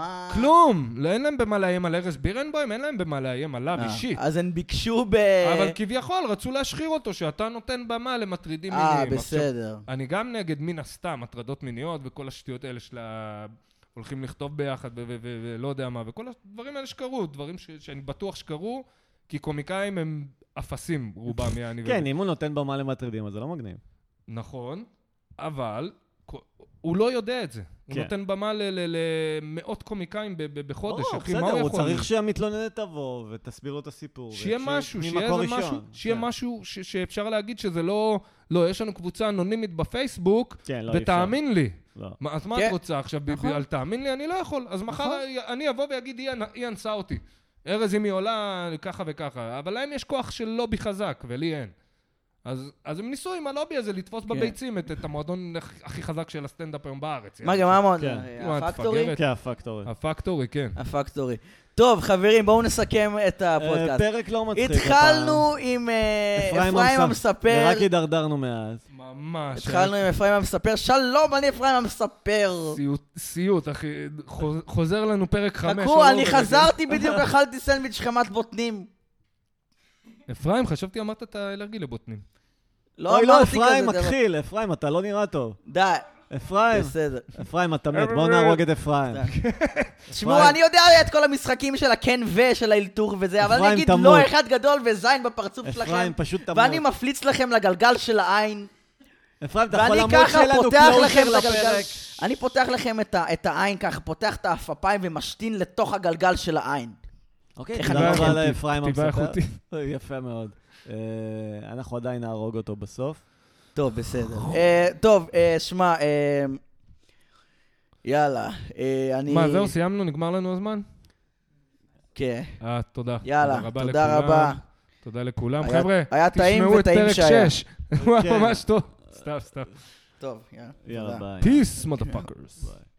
כלום. אין להם במה לאיים על ארז בירנבוים, אין להם במה לאיים עליו אישית. אז הם ביקשו ב... אבל כביכול רצו להשחיר אותו, שאתה נותן במה למטרידים מיניים. אה, בסדר. אני גם נגד מן הסתם, הטרדות מיניות וכל השטויות האלה של ה... הולכים לכתוב ביחד ולא יודע מה, וכל הדברים האלה שקרו, דברים שאני בטוח שקרו, כי קומיקאים הם אפסים רובם, יעני. כן, אם הוא נותן במה למטרידים, אז זה לא מגניב. נכון, אבל הוא לא יודע את זה. הוא נותן במה למאות קומיקאים בחודש. בסדר, הוא צריך שהמתלוננת תבוא ותסביר לו את הסיפור. שיהיה משהו, שיהיה משהו שאפשר להגיד שזה לא... לא, יש לנו קבוצה אנונימית בפייסבוק, ותאמין לי. אז מה את רוצה עכשיו, אל תאמין לי, אני לא יכול. אז מחר אני אבוא ויגיד, היא אנסה אותי. ארז אם היא עולה ככה וככה. אבל להם יש כוח של לובי חזק, ולי אין. אז, אז הם ניסו עם הלובי הזה לתפוס כן. בביצים את, את המועדון הכי חזק של הסטנדאפ היום בארץ. מה גם המועדון? הפקטורי? כן, הפקטורי. הפקטורי, כן. הפקטורי. טוב, חברים, בואו נסכם את הפודקאסט. פרק לא מצחיק. התחלנו עם אפרים המספר. ורק הידרדרנו מאז. ממש. התחלנו עם אפרים המספר. שלום, אני אפרים המספר. סיוט, אחי. חוזר לנו פרק חמש. חכו, אני חזרתי בדיוק, אכלתי סנדוויץ' חמת בוטנים. אפרים, חשבתי אמרת את האלרגי לבוטנים. לא אמרתי כזה. לא, אפרים, מתחיל. אפרים, אתה לא נראה טוב. די. אפרים, בסדר. אפרים, אתה מת, בואו נהרוג את אפרים. תשמעו, אני יודע את כל המשחקים של הכן ושל האלתור וזה, אבל אני אגיד לא אחד גדול וזין בפרצוף שלכם. אפרים, פשוט תמות. ואני מפליץ לכם לגלגל של העין. אפרים, אתה יכול למות שלנו קלוזר לפרק. אני פותח לכם את העין ככה, פותח את האפפיים ומשתין לתוך הגלגל של העין. אוקיי, תודה רבה לאפרים המספר. יפה מאוד. אנחנו עדיין נהרוג אותו בסוף. טוב, בסדר. טוב, שמע, יאללה, אני... מה, זהו, סיימנו? נגמר לנו הזמן? כן. אה, תודה. יאללה, תודה רבה. תודה לכולם. חבר'ה, היה טעים וטעים שהיה. תשמעו את פרק שש. ממש טוב. סתם, סתם. טוב, יאללה. יאללה, ביי. Peace, motherfuckers.